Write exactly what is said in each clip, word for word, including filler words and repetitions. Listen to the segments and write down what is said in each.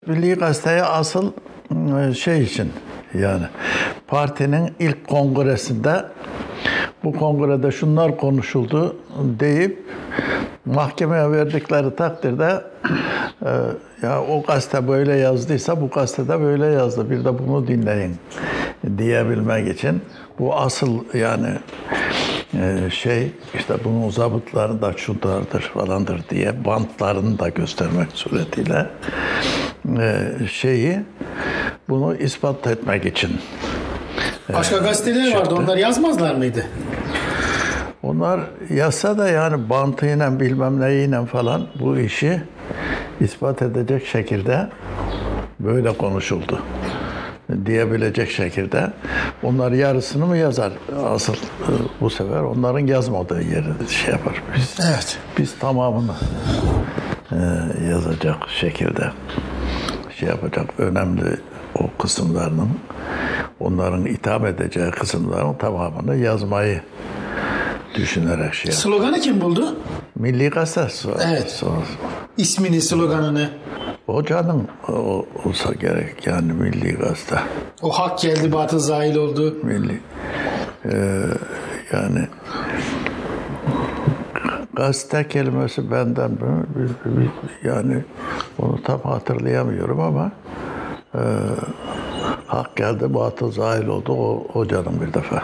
Milli Gazete'ye asıl şey için, yani partinin ilk kongresinde bu kongrede şunlar konuşuldu deyip mahkemeye verdikleri takdirde e, ya o gazete böyle yazdıysa bu gazetede böyle yazdı, bir de bunu dinleyin diyebilmek için bu asıl yani e, şey işte bunun zabıtları da şunlardır falandır diye bantlarını da göstermek suretiyle e, şeyi bunu ispat etmek için. Başka gazeteler vardı, çıktı. Onlar yazmazlar mıydı? Onlar yazsa da yani bantıyla bilmem neyiyle falan bu işi ispat edecek şekilde böyle konuşuldu diyebilecek şekilde. Onlar yarısını mı yazar? Asıl bu sefer onların yazmadığı yeri şey yapar. Biz, evet. Biz tamamını e, yazacak şekilde şey yapacak. Önemli o kısımlarının, onların itham edeceği kısımların tamamını yazmayı düşünerek şey yaptı. Sloganı kim buldu? Milli Gazete. So- evet. So- İsmini, sloganını. Hocanın o, olsa gerek yani Milli Gazete. O hak geldi, batıl zahil oldu. Milli. Ee, yani gazete kelimesi benden yani onu tam hatırlayamıyorum ama e, hak geldi, batıl zahil oldu o hocanın bir defa.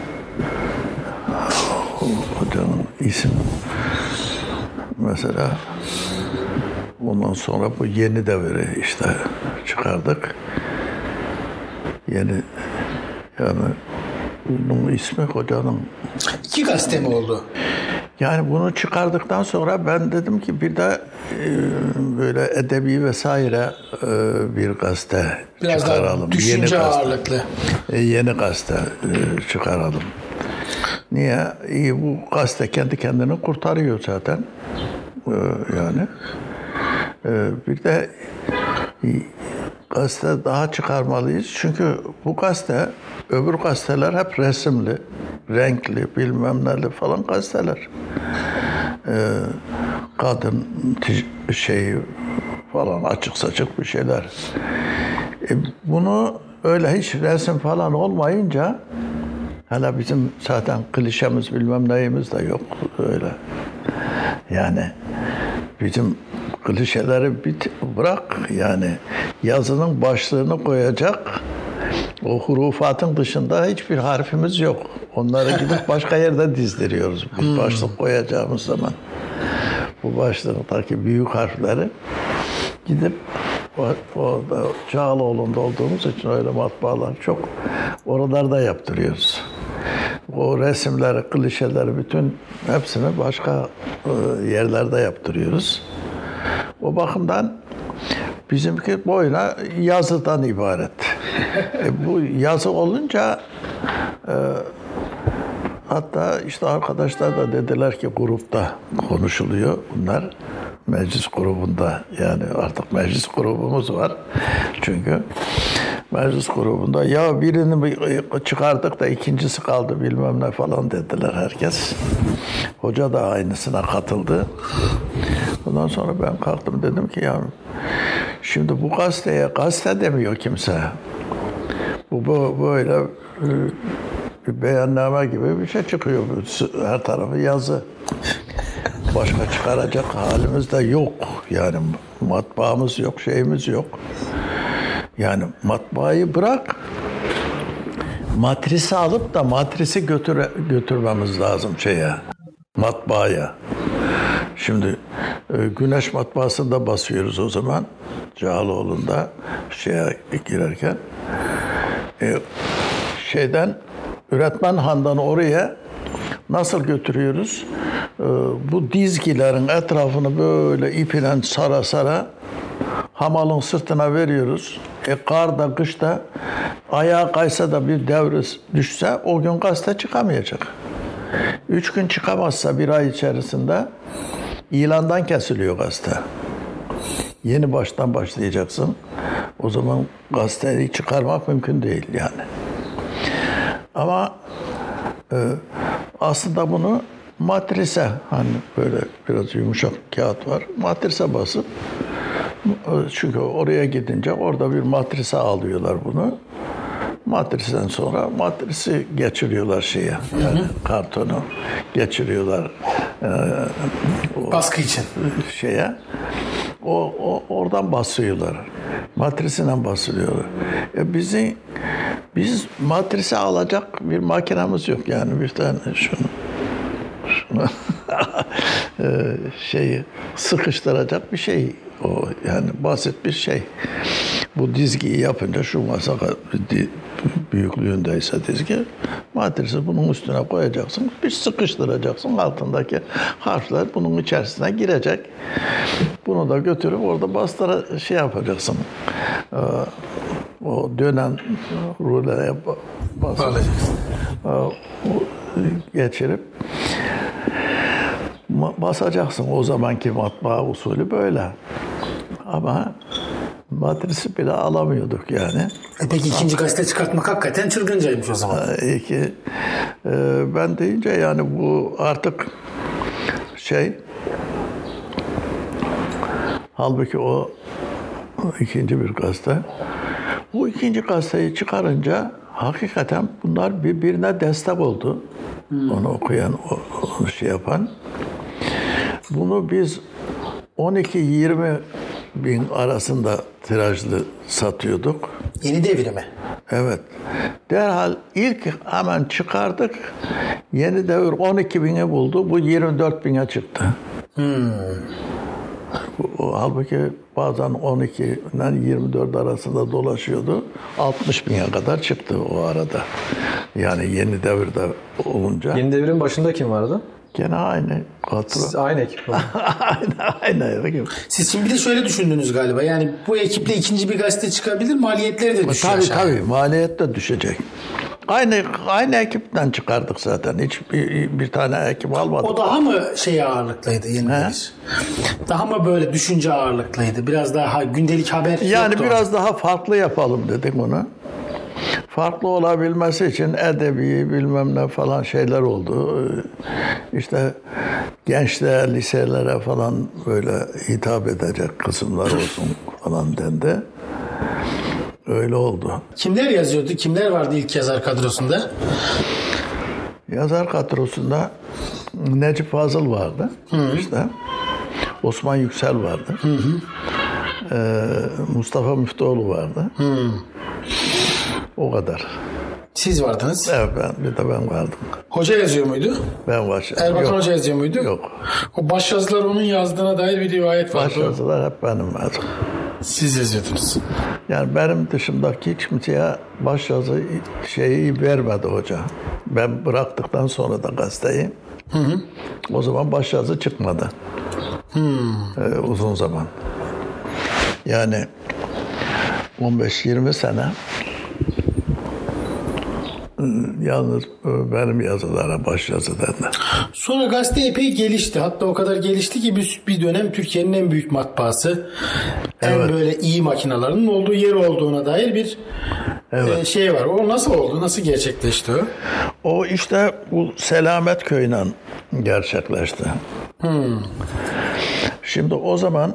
O, hocanın isim mesela ondan sonra bu yeni devri işte çıkardık. Yeni yani bunun ismi hocanın. İki gazete mi oldu? Yani bunu çıkardıktan sonra ben dedim ki bir de e, böyle edebi vesaire e, bir gazete biraz çıkaralım. Daha düşünce yeni gazete, ağırlıklı. E, yeni gazete e, çıkaralım. Niye? İyi, bu gazete kendi kendini kurtarıyor zaten. E, yani. E, bir de e, gazete daha çıkarmalıyız. Çünkü bu gazete, öbür gazeteler hep resimli, renkli, bilmem neli falan gazeteler. Ee, kadın şeyi falan açık saçık bir şeyler. E, bunu öyle hiç resim falan olmayınca, hala bizim zaten klişemiz bilmem neyimiz de yok öyle. Yani bizim klişeleri bit bırak yani yazının başlığını koyacak o hurufatın dışında hiçbir harfimiz yok. Onları gidip başka yerde dizdiriyoruz. Bir hmm. başlık koyacağımız zaman bu başlıktaki büyük harfleri gidip orada Çağlaoğlu'nda olduğumuz için öyle matbaalar çok oralarda yaptırıyoruz. O resimleri, klişeleri bütün hepsini başka yerlerde yaptırıyoruz. O bakımdan bizimki boyuna yazıdan ibaret. e, bu yazı olunca e, hatta işte arkadaşlar da dediler ki grupta konuşuluyor bunlar. Meclis grubunda yani artık meclis grubumuz var. Çünkü meclis grubunda ya birini çıkardık da ikincisi kaldı bilmem ne falan dediler herkes. Hoca da aynısına katıldı. Ondan sonra ben kalktım dedim ki ya şimdi bu gazeteye gazete demiyor kimse. Bu, bu böyle bir beyanname gibi bir şey çıkıyor. Her tarafı yazı. Başka çıkaracak halimiz de yok. Yani matbaamız yok, şeyimiz yok. Yani matbaayı bırak, matrisi alıp da matrisi götür, götürmemiz lazım şeye, matbaaya. Şimdi Güneş matbaasında basıyoruz o zaman, Cağaloğlu'nda şeye girerken. E, şeyden, Üretmen Han'dan oraya nasıl götürüyoruz? E, bu dizgilerin etrafını böyle ipiyle sara sara hamalın sırtına veriyoruz. E karda, kışta ayağa kaysa da bir devre düşse o gün gazete çıkamayacak. Üç gün çıkamazsa bir ay içerisinde ilandan kesiliyor gazete. Yeni baştan başlayacaksın. O zaman gazeteyi çıkarmak mümkün değil yani. Ama e, aslında bunu matrise, hani böyle biraz yumuşak kağıt var, matrise basıp Çünkü oraya gidince orada bir matrise alıyorlar bunu. Matristen sonra matrisi geçiriyorlar şeye. Yani kartonu geçiriyorlar. E, Baskı için. Şeye. O, o oradan basıyorlar. Matrisinden basılıyorlar. E bizi biz matrise alacak bir makinemiz yok yani bir tane şunu şunu şeyi sıkıştıracak bir şey o yani basit bir şey. Bu dizgiyi yapınca şu masa büyüklüğündeyse dizgi matrisi bunun üstüne koyacaksın. Bir sıkıştıracaksın. Altındaki harfler bunun içerisine girecek. Bunu da götürüp orada bastıra şey yapacaksın. O dönen rulere basacaksın. Geçirip basacaksın. O zamanki matbaa usulü böyle. Ama matrisi bile alamıyorduk yani. E peki ikinci gazete çıkartmak hakikaten çılgıncaymış o zaman. İki, e, ben deyince yani bu artık şey halbuki o ikinci bir gazete. Bu ikinci gazeteyi çıkarınca hakikaten bunlar birbirine destek oldu. Hmm. Onu okuyan, onu şey yapan. Bunu biz on iki yirmi bin arasında tirajlı satıyorduk. Yeni devrimi. Evet. Derhal ilk hemen çıkardık. Yeni devir on iki bini buldu. Bu yirmi dört bine çıktı. Hmm. Bu, halbuki bazen on ikiden yirmi dört arasında dolaşıyordu. altmış bine kadar çıktı o arada. Yani yeni devirde olunca. Yeni devrin başında kim vardı? Gene aynı kadro. Siz aynı ekip mi? aynı, aynı ekip. Siz şimdi bir de şöyle düşündünüz galiba. Yani bu ekiple ikinci bir gazete çıkabilir, maliyetleri de düşecek. Tabii aşağı. Tabii, maliyet de düşecek. Aynı aynı ekipten çıkardık zaten. Hiç bir, bir tane ekip almadık. O daha mı şey ağırlıklıydı yeni bir? Daha mı böyle düşünce ağırlıklıydı? Biraz daha gündelik haber yani yoktu biraz orada. Daha farklı yapalım dedik onu. Farklı olabilmesi için edebi bilmem ne falan şeyler oldu. İşte gençler, liselere falan böyle hitap edecek kısımlar olsun falan dendi. Öyle oldu. Kimler yazıyordu? Kimler vardı ilk yazar kadrosunda? Yazar kadrosunda Necip Fazıl vardı. Hı-hı. İşte Osman Yüksel vardı. Hı hı. Ee, Mustafa Müftüoğlu vardı. Hı. O kadar. Siz vardınız. Evet, ben, bir de ben vardım. Hoca yazıyor muydu? Ben var. Erbakan Hoca yazıyor muydu? Yok. O başyazılar onun yazdığına dair bir rivayet vardı. Başyazılar hep benim vardı. Siz yazıyordunuz. Yani benim dışımdaki hiç kimseye başyazı şeyi vermedi hoca. Ben bıraktıktan sonra da gazeteyi. Hı hı. O zaman başyazı çıkmadı. Hı. Ee, uzun zaman. Yani on beş yirmi sene yalnız benim yazılara başyazı dendi. Sonra gazete epey gelişti. Hatta o kadar gelişti ki bir, bir dönem Türkiye'nin en büyük matbaası, evet. En böyle iyi makinalarının olduğu yer olduğuna dair bir evet. e, şey var. O nasıl oldu? Nasıl gerçekleşti o? O işte bu Selamet Köyü'yle gerçekleşti. Hmm. Şimdi o zaman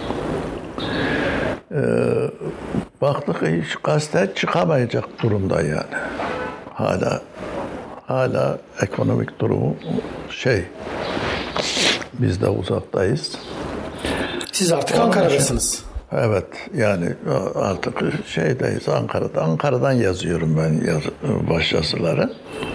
e, baktık ki hiç gazete çıkamayacak durumda yani. Hala hala ekonomik durumu şey, biz de uzaktayız. Siz artık Onun Ankara'dasınız. Için, evet, yani artık şeydeyiz, Ankara'da. Ankara'dan yazıyorum ben yaz, başyazıları.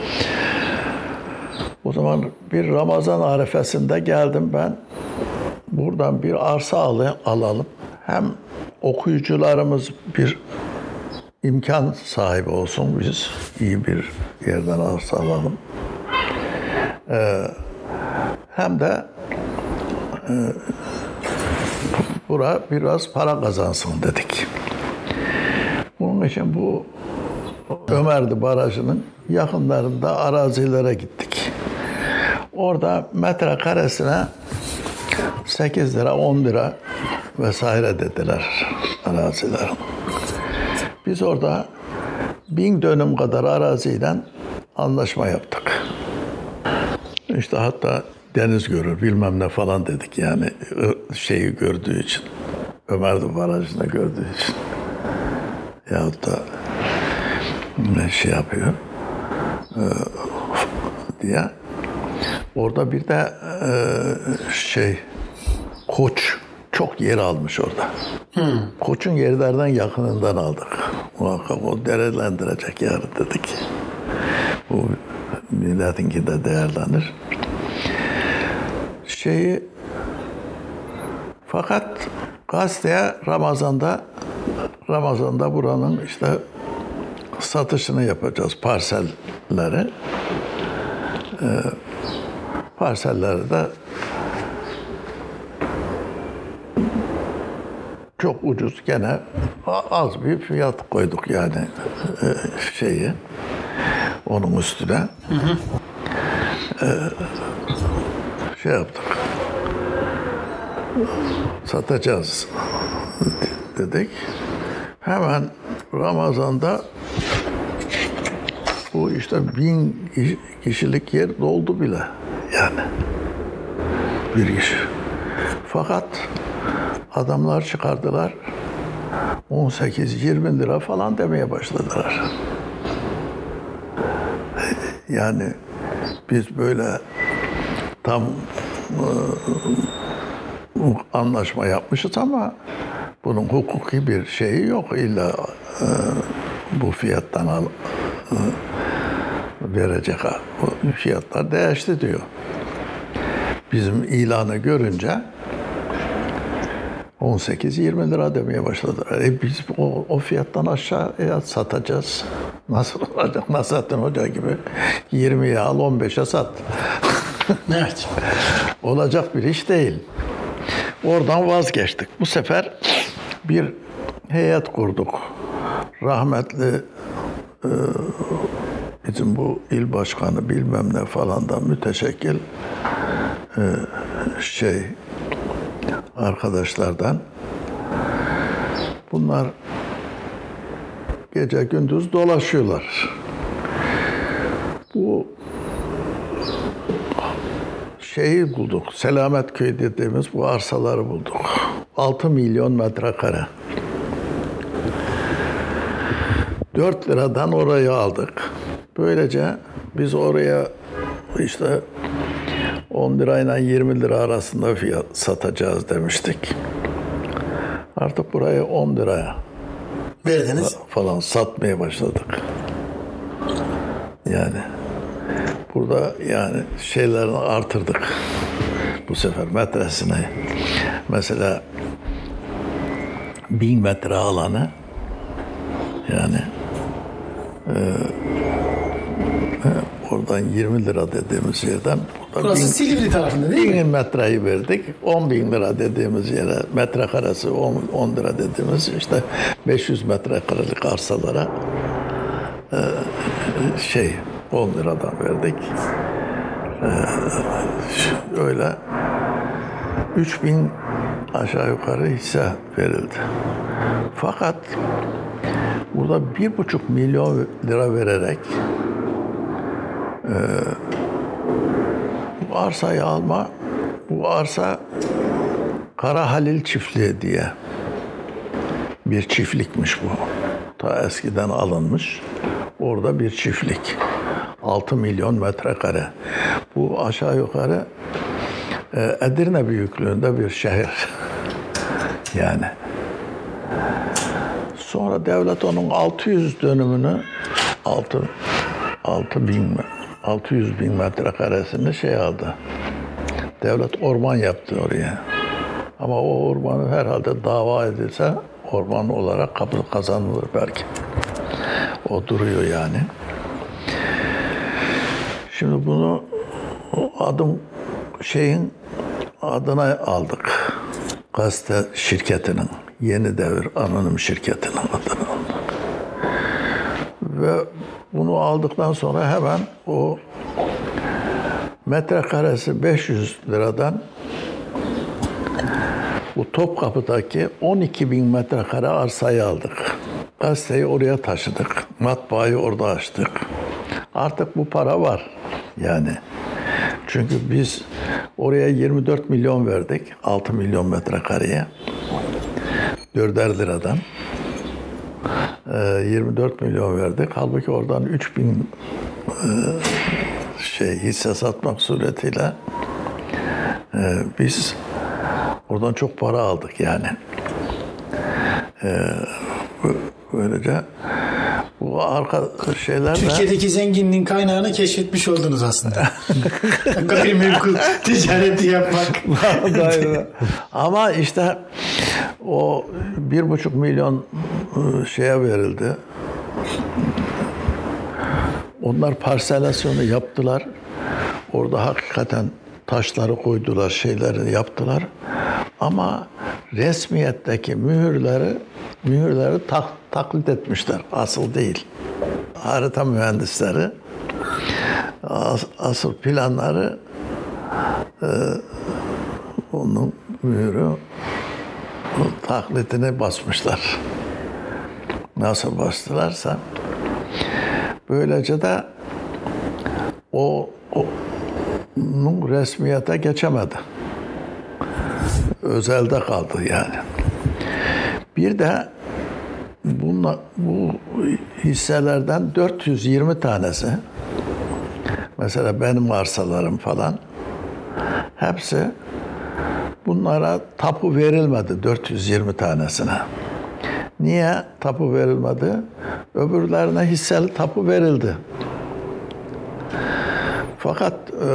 O zaman bir Ramazan arifesinde geldim ben. Buradan bir arsa al- alalım. Hem okuyucularımız bir imkan sahibi olsun, biz iyi bir yerden arsa alalım. Ee, hem de e, bura biraz para kazansın dedik. Bunun için bu Ömerli Barajı'nın yakınlarında arazilere gittik. Orada metrekaresine sekiz lira, on lira vesaire dediler arazilerin. Biz orada bin dönüm kadar araziyle anlaşma yaptık. İşte hatta deniz görür bilmem ne falan dedik yani şeyi gördüğü için. Ömer'de barajında gördüğü için. Yahut da ne şey yapıyor e, diye. Orada bir de e, şey Koç çok yer almış orada. Hmm. Koç'un yerlerden yakınından aldık. Muhakkak o değerlendirecek yarın dedik. Bu milletinki de değerlenir. Şeyi fakat gazeteye Ramazan'da Ramazan'da buranın işte satışını yapacağız parselleri. Ee, parselleri de çok ucuz gene az bir fiyat koyduk yani e, şeyi onun üstüne. Hı hı. Ee, şey yaptık. Satacağız dedik. Hemen Ramazan'da bu işte bin kişilik yer doldu bile yani bir iş. Fakat adamlar çıkardılar on sekiz yirmi lira falan demeye başladılar. Yani biz böyle tam anlaşma yapmışız ama bunun hukuki bir şeyi yok. İlla e, bu fiyattan al, e, verecek. Bu fiyatlar değişti diyor. Bizim ilanı görünce on sekiz yirmi lira demeye başladılar. E biz o, o fiyattan aşağıya satacağız. Nasıl olacak? Nasrettin Hoca gibi yirmiye al on beşe sat. Evet. Olacak bir iş değil. Oradan vazgeçtik. Bu sefer bir heyet kurduk. Rahmetli e, bizim bu il başkanı bilmem ne falan da müteşekkil e, şey arkadaşlardan. Bunlar gece gündüz dolaşıyorlar. Bu şeyi bulduk. Selametköy dediğimiz bu arsaları bulduk. altı milyon metrekare. dört liradan orayı aldık. Böylece biz oraya işte on lirayla yirmi lira arasında fiyat satacağız demiştik. Artık burayı on liraya verdiniz falan satmaya başladık. Yani burada yani şeylerini artırdık. Bu sefer metresini. Mesela bin metre alanı yani e, oradan yirmi lira dediğimiz yerden burası bin, Silivri tarafında değil mi? bin metreyi verdik. on bin lira dediğimiz yere metrekaresi on, on lira dediğimiz işte beş yüz metrekarelik arsalara e, şey on liradan verdik. Ee, öyle üç bin aşağı yukarı hisse verildi. Fakat burada bir buçuk milyon lira vererek e, bu arsayı alma, bu arsa Kara Halil Çiftliği diye bir çiftlikmiş bu. Ta eskiden alınmış. Orada bir çiftlik. altı milyon metrekare. Bu aşağı yukarı e, Edirne büyüklüğünde bir şehir. Yani. Sonra devlet onun altı yüz dönümünü altı altı bin altı yüz bin metrekaresini şey aldı. Devlet orman yaptı oraya. Ama o ormanı herhalde dava edilse orman olarak kabul kazanılır belki. O duruyor yani. Şimdi bunu adım şeyin adına aldık. Gazete şirketinin, Yeni Devir Anonim Şirketi'nin adını aldık. Ve bunu aldıktan sonra hemen o metrekaresi beş yüz liradan bu Topkapı'daki on iki bin metrekare arsayı aldık. Gazeteyi oraya taşıdık. Matbaayı orada açtık. Artık bu para var. Yani çünkü biz oraya yirmi dört milyon verdik. altı milyon metrekareye. dörder liradan yirmi dört milyon verdik. Halbuki oradan üç bin şey hisse satmak suretiyle biz oradan çok para aldık yani. Böylece bu arka şeyler de... Türkiye'deki zenginliğin kaynağını keşfetmiş oldunuz aslında. Gayrimenkul ticareti yapmak. Ama işte o bir buçuk milyon şeye verildi. Onlar parselasyonu yaptılar. Orada hakikaten taşları koydular, şeyleri yaptılar. Ama resmiyetteki mühürleri mühürleri tak, taklit etmişler. Asıl değil. Harita mühendisleri as, asıl planları e, onun mühürü taklitini basmışlar. Nasıl bastılarsa böylece de o, o onun resmiyete geçemedi. Özelde kaldı yani. Bir de bunla, bu hisselerden dört yüz yirmi tanesi, mesela benim arsalarım falan, hepsi bunlara tapu verilmedi, dört yüz yirmi tanesine. Niye tapu verilmedi? Öbürlerine hisseli tapu verildi. Fakat e,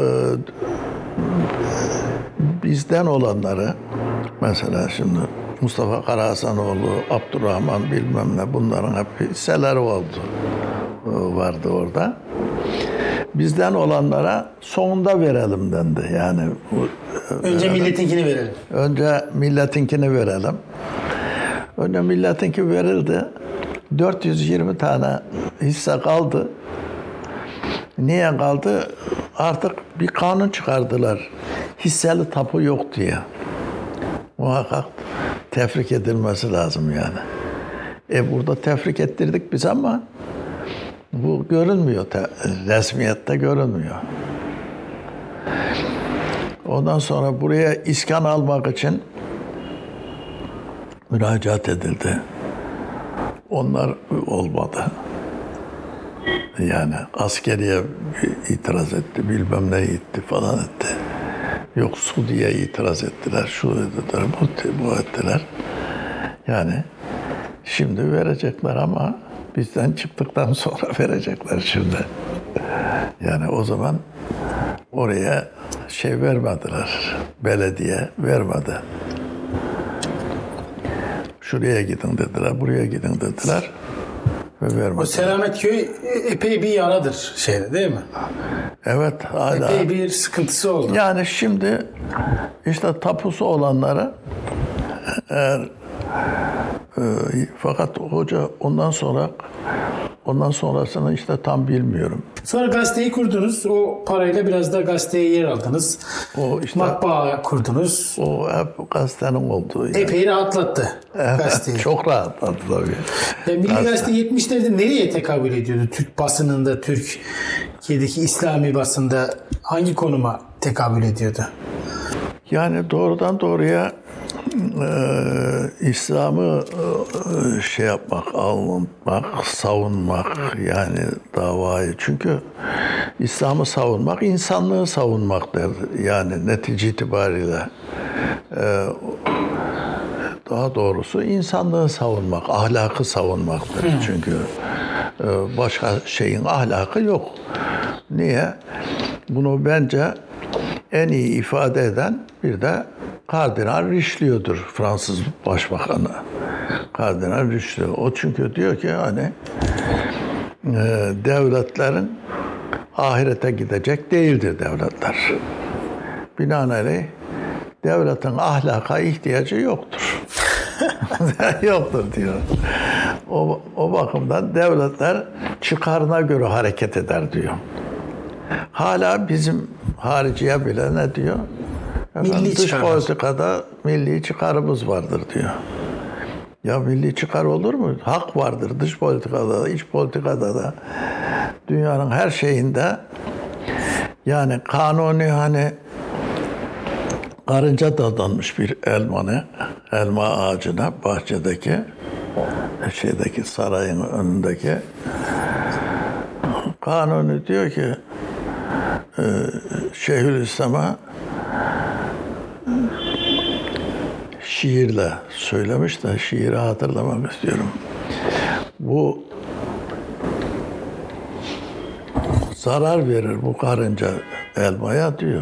bizden olanları, mesela şimdi Mustafa Karahasanoğlu, Abdurrahman bilmem ne, bunların hep hisseleri oldu, vardı orada. Bizden olanlara sonunda verelim dendi. Yani önce milletinkini verelim. Önce milletinkini verelim. Önce milletinki verildi. dört yüz yirmi tane hisse kaldı. Niye kaldı? Artık bir kanun çıkardılar. Hisseli tapu yok diye. Muhakkak tefrik edilmesi lazım yani. E burada tefrik ettirdik biz ama bu görünmüyor. Resmiyette görünmüyor. Ondan sonra buraya iskan almak için müracaat edildi. Onlar olmadı. Yani askeriye itiraz etti, bilmem ne etti falan etti. Yok su diye itiraz ettiler, şu dediler, bu, bu ettiler. Yani şimdi verecekler ama bizden çıktıktan sonra verecekler şimdi. Yani o zaman oraya şey vermediler, belediye vermedi. Şuraya gidin dediler, buraya gidin dediler ve vermediler. O Selametköy epey bir yaradır şeyde değil mi? Evet, hala. Epey bir sıkıntısı oldu. Yani şimdi işte tapusu olanlara eğer e, fakat hoca ondan sonra ondan sonrasını işte tam bilmiyorum. Sonra gazeteyi kurdunuz. O parayla biraz da gazeteye yer aldınız. O işte matbaa kurdunuz. O hep gazetenin olduğu. Yani. Epey rahatlattı gazeteyi. Çok rahatlattı tabii. Ya Milli Gazete, Gazete yetmişlerde nereye tekabül ediyordu? Türk basınında, Türkiye'deki İslami basında hangi konuma tekabül ediyordu? Yani doğrudan doğruya e, İslam'ı e, şey yapmak, anlatmak, savunmak yani davayı. Çünkü İslam'ı savunmak, insanlığı savunmaktır. Yani netice itibariyle. E, daha doğrusu insanlığı savunmak, ahlakı savunmaktır. Hmm. Çünkü e, başka şeyin ahlakı yok. Niye? Bunu bence en iyi ifade eden bir de Kardinal Richelieu'dur, Fransız Başbakanı. Kardinal Richelieu. O çünkü diyor ki hani e, devletlerin ahirete gidecek değildir devletler. Binaenaleyh devletin ahlaka ihtiyacı yoktur. Yoktur diyor. O, o bakımdan devletler çıkarına göre hareket eder diyor. Hala bizim hariciye bile ne diyor? Efendim, milli dış çıkar. politikada milli çıkarımız vardır diyor. Ya milli çıkar olur mu? Hak vardır dış politikada da, iç politikada da. Dünyanın her şeyinde yani kanuni hani karınca dadanmış bir elmanı, elma ağacına, bahçedeki, şeydeki sarayın önündeki. Kanuni diyor ki e, Şeyhülislam'a şiirle söylemiş de şiiri hatırlamak istiyorum. Bu zarar verir bu karınca elmaya diyor.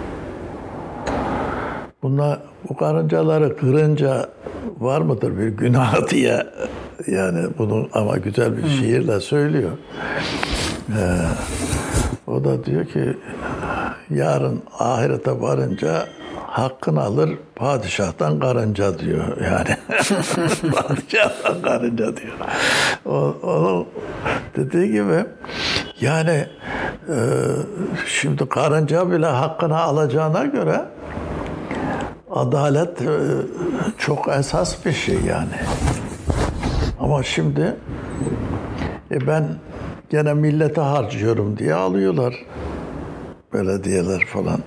Bunlar, bu karıncaları kırınca var mıdır bir günah diye, yani bunu ama güzel bir şiirle söylüyor. Ee, o da diyor ki yarın ahirete varınca hakkını alır padişahtan karınca diyor yani. Padişahtan karınca diyor. O, onun dediği gibi yani e, şimdi karınca bile hakkını alacağına göre adalet e, çok esas bir şey yani. Ama şimdi e, ben gene millete harcıyorum diye alıyorlar belediyeler falan.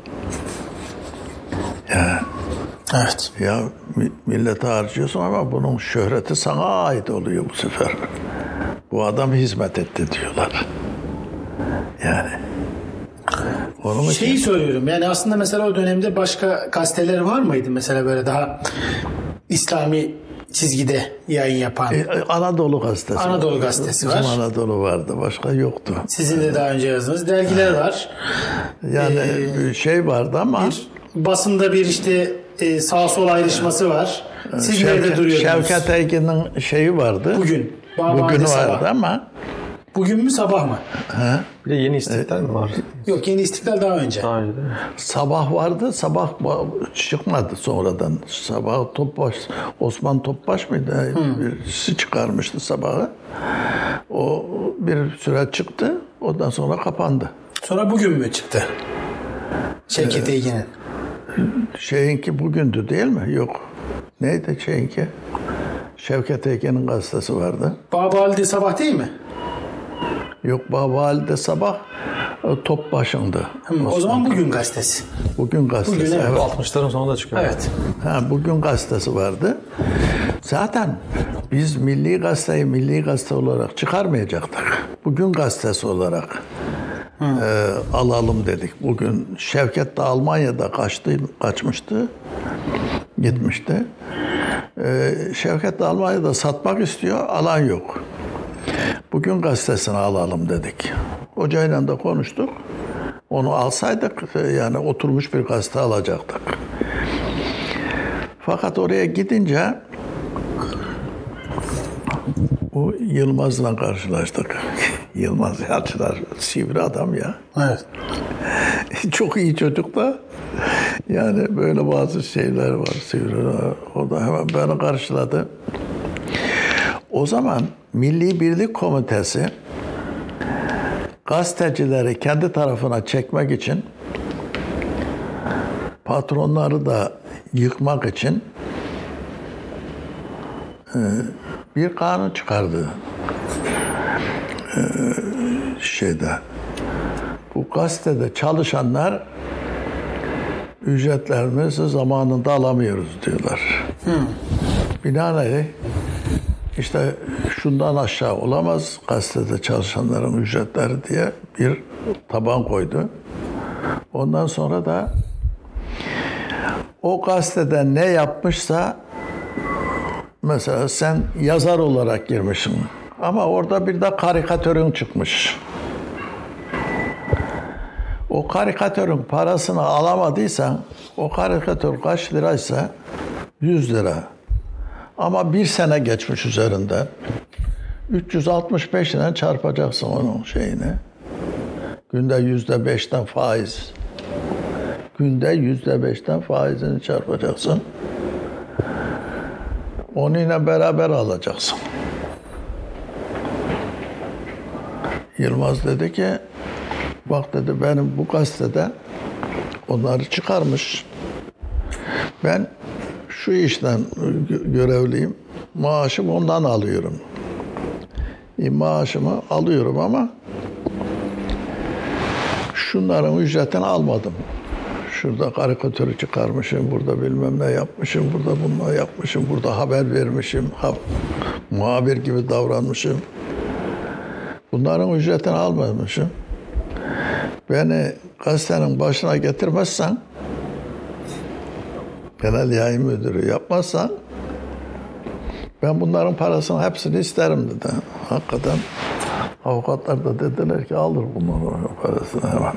Ya, Evet. ya millete harcıyorsun ama bunun şöhreti sana ait oluyor bu sefer. Bu adam hizmet etti diyorlar. Yani. Onun için... Şeyi söylüyorum yani aslında mesela o dönemde başka gazeteler var mıydı mesela böyle daha İslami çizgide yayın yapan? E, Anadolu Gazetesi. Anadolu Gazetesi var. Bizim Anadolu vardı. Başka yoktu. Sizin de daha önce yazdığınız dergiler var. Yani Ee, bir şey vardı ama Bir basında bir işte e, sağ sol ayrışması var. Siz nerede Şevket, duruyordunuz? Şevket Eygin'in şeyi vardı. Bugün. Bugün Babali vardı sabah. ama Bugün mü sabah mı? he, Bir de Yeni İstiklal mi var? Yok Yeni İstiklal daha önce. Daha önce değil mi? sabah vardı. Sabah çıkmadı sonradan. Sabah Topbaş, Osman Topbaş mıydı? Birisi çıkarmıştı sabahı. O bir süre çıktı. Ondan sonra kapandı. Sonra bugün mü çıktı? Şevket Eygin'in. Şeyinki bugündü değil mi? Yok. Neydi şeyinki? Şevket Eygin'in gazetesi vardı. Babali'de sabah değil mi? Yok, Babali'de sabah top başında. Hı, o zaman bugün gazetesi. Bugün gazetesi. Bugün, evet. evet. altmışların sonunda çıkıyor. Evet. Ha, bugün gazetesi vardı. Zaten biz Milli Gazete'yi Milli Gazete olarak çıkarmayacaktık. Bugün gazetesi olarak e, alalım dedik. Bugün Şevket de Almanya'da kaçtı, kaçmıştı. Gitmişti. E, Şevket de Almanya'da satmak istiyor, alan yok. Bugün gazetesini alalım dedik. Hocayla da konuştuk. Onu alsaydık yani oturmuş bir gazete alacaktık. Fakat oraya gidince bu Yılmaz'la karşılaştık. Yılmaz Yalçılar sivri adam ya. Evet. Çok iyi çocuk da. Yani böyle bazı şeyler var sivri. O da hemen beni karşıladı. O zaman Milli Birlik Komitesi gazetecileri kendi tarafına çekmek için, patronları da yıkmak için bir kanun çıkardı. Şeyde. Bu gazetede çalışanlar ücretlerimizi zamanında alamıyoruz diyorlar. Hmm. Binaenaleyh işte şundan aşağı olamaz gazetede çalışanların ücretleri diye bir taban koydu. Ondan sonra da o gazetede ne yapmışsa, mesela sen yazar olarak girmişsin ama orada bir de karikatörün çıkmış. O karikatörün parasını alamadıysan, o karikatör kaç liraysa yüz lira. Ama bir sene geçmiş üzerinden. üç yüz altmış beş ile çarpacaksın onun şeyini. Günde yüzde beşten faiz. Günde yüzde beşten faizini çarpacaksın. Onunla beraber alacaksın. Yılmaz dedi ki, bak dedi benim bu gazetede onları çıkarmış. Ben şu işten görevliyim. Maaşımı ondan alıyorum. E, maaşımı alıyorum ama şunların ücretini almadım. şurada karikatürü çıkarmışım, burada bilmem ne yapmışım, burada bunları yapmışım, burada haber vermişim, ha, muhabir gibi davranmışım. Bunların ücretini almamışım. Beni gazetenin başına getirmezsen, genel yayın müdürü yapmazsan, ben bunların parasını hepsini isterim dedi. Hakikaten avukatlar da dediler ki alır bunların parasını hemen.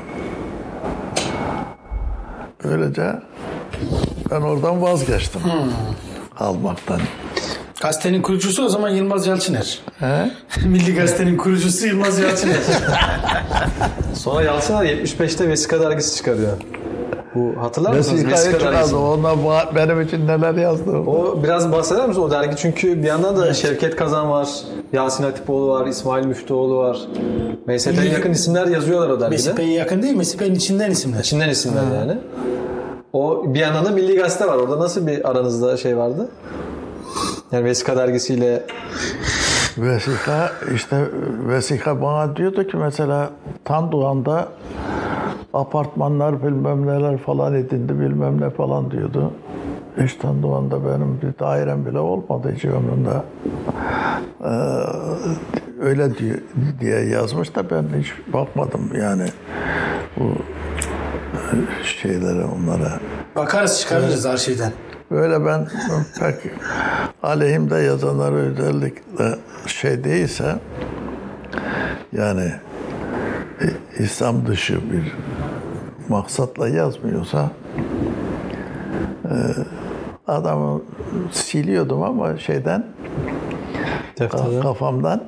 Böylece ben oradan vazgeçtim. Hmm. Almaktan. Gazetenin kurucusu o zaman Yılmaz Yalçıner. He? Milli Gazete'nin kurucusu Yılmaz Yalçıner. Sonra Yalçıner yetmiş beşte Vesika dergisi çıkarıyor. Bu hatırlar mısınız? Vesikayı çıkardı. Ondan benim için neler yazdı. O biraz bahseder misiniz o dergi? Çünkü bir yandan da evet. Şevket Kazan var, Yasin Hatipoğlu var, İsmail Müftüoğlu var. M S P'ye yakın isimler yazıyorlar o dergide. M S P'ye yakın değil, M S P'nin içinden isimler. İçinden isimler ha. Yani. O bir yandan da Milli Gazete var. Orada nasıl bir aranızda şey vardı? Yani Vesika dergisiyle... Vesika, işte Vesika bana diyordu ki mesela Tandoğan'da apartmanlar bilmem neler falan edindi bilmem ne falan diyordu. Hiç Tandoğan'da benim bir dairem bile olmadı hiç ömrümde. Ee, öyle diye, diye yazmış da ben hiç bakmadım yani bu şeylere onlara. Bakarız çıkarırız her şeyden. Böyle ben pek aleyhimde yazanları özellikle şey değilse yani İslam dışı bir maksatla yazmıyorsa e, adamı siliyordum ama şeyden Defterden. Kafamdan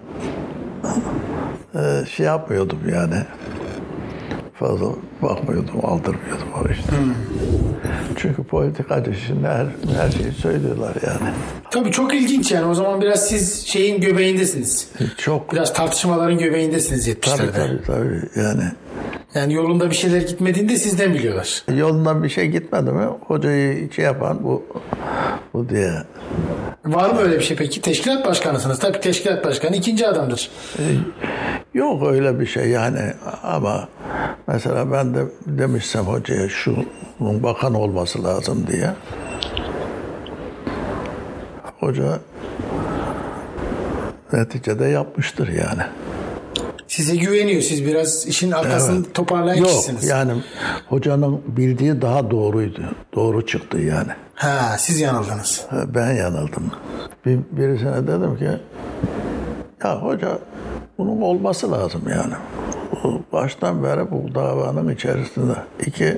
e, şey yapmıyordum yani fazla bakmıyordum, aldırmıyordum o işte. Hmm. Çünkü politikacı şimdi her, her şeyi söylüyorlar yani. Tabii çok ilginç yani. O zaman biraz siz şeyin göbeğindesiniz. Çok. Biraz tartışmaların göbeğindesiniz yetmişlerde. Tabii tabii tabii yani. Yani yolunda bir şeyler gitmediğinde sizden biliyorlar. Yolundan bir şey gitmedi mi hocayı şey yapan bu bu diye. Var mı öyle bir şey peki? Teşkilat başkanısınız. Tabii teşkilat başkanı ikinci adamdır. Yok öyle bir şey yani ama mesela ben de demişsem hocaya şunun bakan olması lazım diye. Hoca neticede yapmıştır yani. Size güveniyor. Siz biraz işin arkasını evet. toparlayan Yok, kişisiniz. Yani hocanın bildiği daha doğruydu. Doğru çıktı yani. Ha, siz yanıldınız. Ben yanıldım. Bir, birisine dedim ki ya hoca bunun olması lazım yani. Bu baştan beri bu davanın içerisinde. İki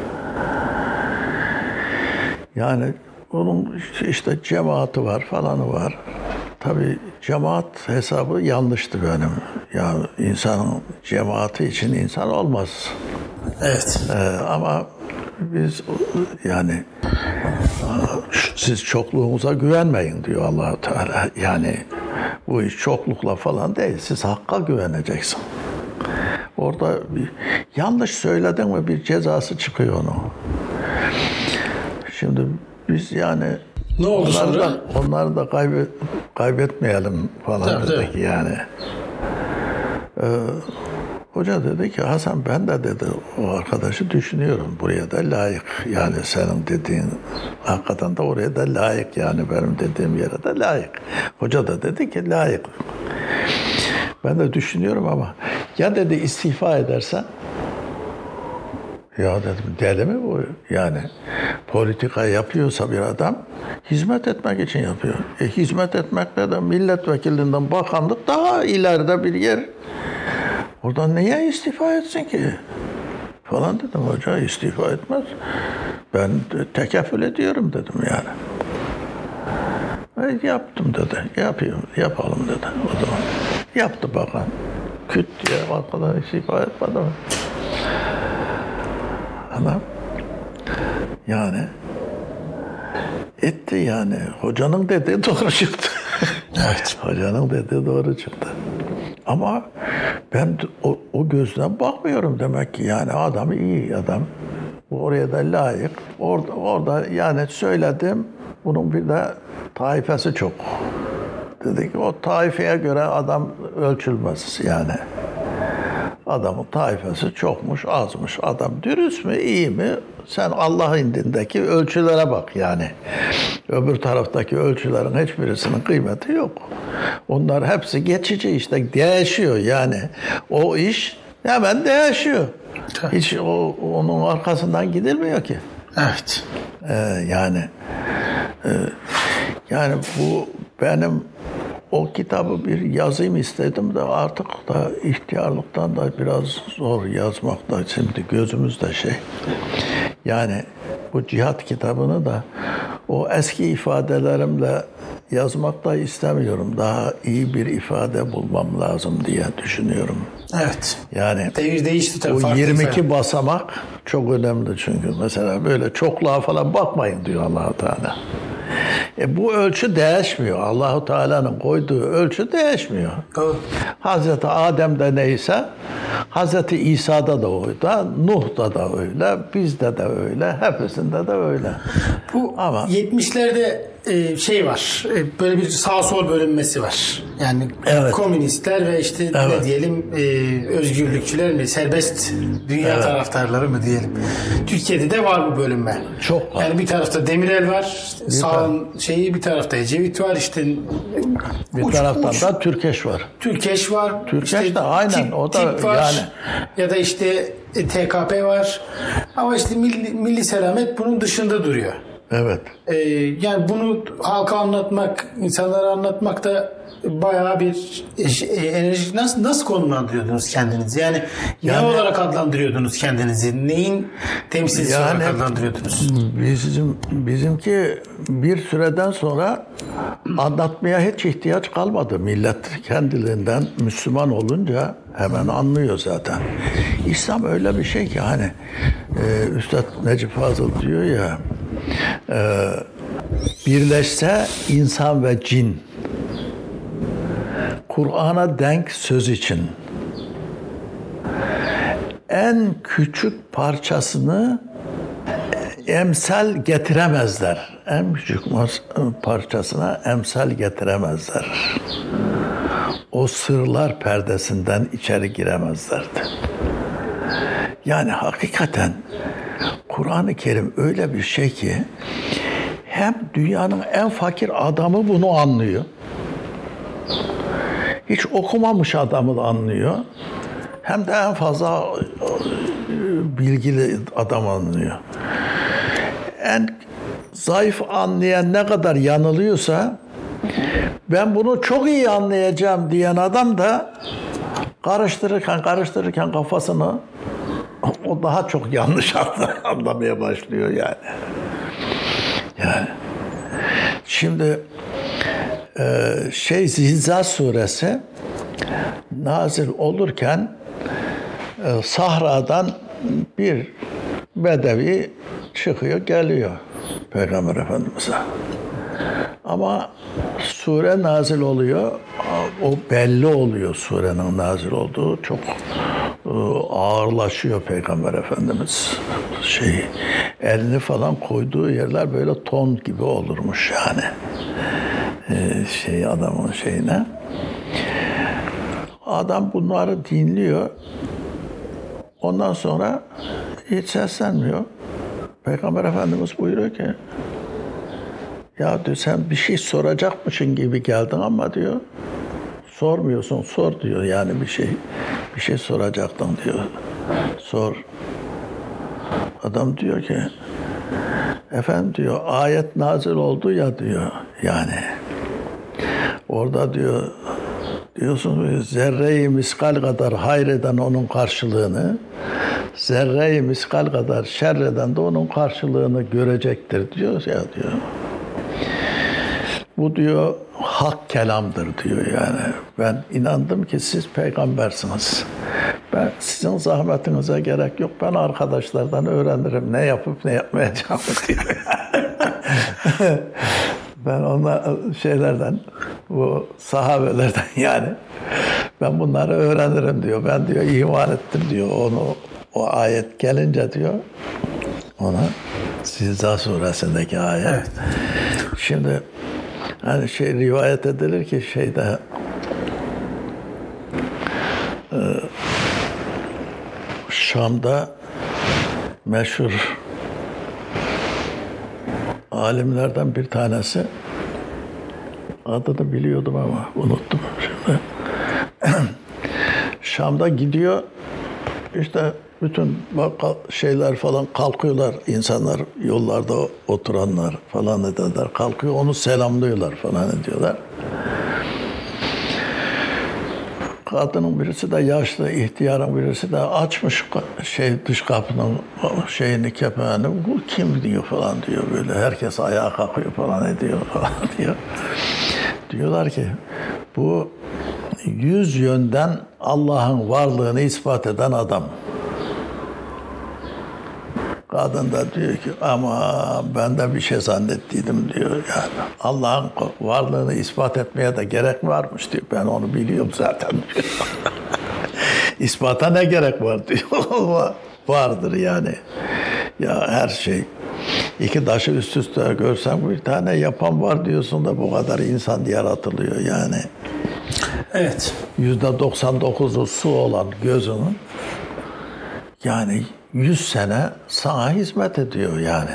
yani onun işte cemaati var falanı var. Tabii cemaat hesabı yanlıştı benim. Yani insanın cemaati için insan olmaz. Evet. Ee, ama biz yani siz çokluğunuza güvenmeyin diyor Allah-u Teala. Yani bu iş çoklukla falan değil. Siz hakka güveneceksin. Orada bir, yanlış söyledin mi bir cezası çıkıyor onun. Şimdi biz yani ne oldu onları sonra? Da, onları da kaybet, kaybetmeyelim falan tabii, dedik tabii. Yani. Ee, hoca dedi ki Hasan ben de dedi o arkadaşı düşünüyorum buraya da layık. Yani senin dediğin hakikaten de oraya da layık yani benim dediğim yere de layık. Hoca da dedi ki layık. Ben de düşünüyorum ama ya dedi istifa edersen ya dedim deli mi bu? Yani politika yapıyorsa bir adam hizmet etmek için yapıyor. E, hizmet etmekle de milletvekilinden bakanlık daha ileride bir yer. Oradan niye istifa etsin ki? Falan dedim hoca istifa etmez. Ben tekeffül ediyorum dedim yani. E, yaptım dedi. Yapıyorum, yapalım dedi o zaman. Yaptı bakan. Küt diye arkadan istifa etmedi mi? Adam yani etti yani. Hocanın dediği doğru çıktı. Evet. Hocanın dediği doğru çıktı. Ama ben o, o gözden bakmıyorum demek ki yani adam iyi adam. Oraya da layık. Orada, orada yani söyledim. Bunun bir de taifesi çok. Dedi ki o taifeye göre adam ölçülmez yani. Adamın taifesi çokmuş, azmış. Adam dürüst mü, iyi mi? Sen Allah indindeki ölçülere bak yani. Öbür taraftaki ölçülerin hiçbirisinin kıymeti yok. Onlar hepsi geçici işte, değişiyor yani. O iş hemen değişiyor. Hiç o, onun arkasından gidilmiyor ki. Evet. Ee, yani e, yani bu benim o kitabı bir yazayım istedim de artık da ihtiyarlıktan da biraz zor yazmakta. Şimdi gözümüzde şey. Yani bu cihat kitabını da o eski ifadelerimle yazmak da istemiyorum. Daha iyi bir ifade bulmam lazım diye düşünüyorum. Evet. Yani devir değişti tabii. o yirmi iki basamak çok önemli çünkü. Mesela böyle çokluğa falan bakmayın diyor Allah-u Teala. E bu ölçü değişmiyor. Allah-u Teala'nın koyduğu ölçü değişmiyor. Doğru. Hazreti Adem'de neyse, Hazreti İsa'da da öyle, Nuh'da da öyle, bizde de öyle, hepsinde de öyle. Bu ama yetmişlerde e, şey var, e, böyle bir sağ sol bölünmesi var. Yani evet. komünistler ve işte evet. ne diyelim e, özgürlükçüler mi, serbest dünya evet. taraftarları mı diyelim. Türkiye'de de var bu bölünme. Çok var. Yani bir tarafta Demirel var, sağın şeyi, bir tarafta Ecevit var, işte bir uç, taraftan uç, da Türkeş var. Türkeş var. Türkeş işte de aynen tip, o da tip var. Yani ya da işte T K P var. Ama işte milli, milli selamet bunun dışında duruyor. Evet. Ee, yani bunu halka anlatmak, insanlara anlatmak da bayağı bir enerji. Nasıl nasıl konumlandırıyordunuz kendinizi? Yani, yani ne olarak adlandırıyordunuz kendinizi? Neyin temsilcisi yani, olarak adlandırıyordunuz? Bizim bizimki bir süreden sonra anlatmaya hiç ihtiyaç kalmadı. Millet kendiliğinden Müslüman olunca hemen anlıyor zaten. İslam öyle bir şey ki hani e, Üstad Necip Fazıl diyor ya, e, birleşse insan ve cin Kur'an'a denk söz için en küçük parçasını emsal getiremezler. En küçük parçasına emsal getiremezler. O sırlar perdesinden içeri giremezlerdi. Yani hakikaten Kur'an-ı Kerim öyle bir şey ki hem dünyanın en fakir adamı bunu anlıyor. Hiç okumamış adamı da anlıyor. Hem de en fazla bilgili adam anlıyor. En zayıf anlayan ne kadar yanılıyorsa ben bunu çok iyi anlayacağım diyen adam da karıştırırken karıştırırken kafasını o daha çok yanlış anlamaya başlıyor yani. Yani şimdi şey Zilzal suresi nazil olurken sahradan bir bedevi çıkıyor geliyor Peygamber Efendimiz'e. Ama sure nazil oluyor. O belli oluyor surenin nazil olduğu. Çok ağırlaşıyor Peygamber Efendimiz. Şey, elini falan koyduğu yerler böyle ton gibi olurmuş yani. Şey adamın şeyine. Adam bunları dinliyor. Ondan sonra hiç seslenmiyor. Peygamber Efendimiz buyuruyor ki ya diyor sen bir şey soracakmışsın gibi geldin ama diyor sormuyorsun, sor diyor yani bir şey bir şey soracaktın diyor. Sor. Adam diyor ki efendim diyor ayet nazil oldu ya diyor yani orada diyor diyorsun zerre-i miskal kadar hayreden onun karşılığını zerre-i miskal kadar şerreden de onun karşılığını görecektir diyor ya diyor. Bu diyor hak kelamdır diyor yani. Ben inandım ki siz peygambersiniz. Ben sizin zahmetinize gerek yok. Ben arkadaşlardan öğrenirim ne yapıp ne yapmayacağımı diyor. Ben onlar şeylerden, bu sahabelerden yani ben bunları öğrenirim diyor. Ben diyor iman ettim diyor. Onu o ayet gelince diyor ona Zilzal suresindeki ayet. Evet. Şimdi hani şey rivayet edilir ki şeyde e, Şam'da meşhur alimlerden bir tanesi, adını biliyordum ama unuttum şimdi. Şam'da gidiyor, işte bütün şeyler falan kalkıyorlar, insanlar yollarda oturanlar falan ederler, kalkıyor, onu selamlıyorlar falan ediyorlar. Kadının birisi de yaşlı, ihtiyarın birisi de açmış şey dış kapının şeyini, kepeğini. Bu kim diyor falan diyor böyle. Herkes ayağa kalkıyor falan ediyor falan diyor. Diyorlar ki bu yüz yönden Allah'ın varlığını ispat eden adam. Kadın da diyor ki ama ben de bir şey zannettiydim diyor. Yani Allah'ın varlığını ispat etmeye de gerek varmış diyor. Ben onu biliyorum zaten diyor. İspata ne gerek var diyor. Vardır yani. Ya her şey. İki taşı üst üste görsen bir tane yapan var diyorsun da bu kadar insan yaratılıyor yani. Evet. Yüzde doksan dokuzu su olan gözünün yani yüz sene sana hizmet ediyor yani.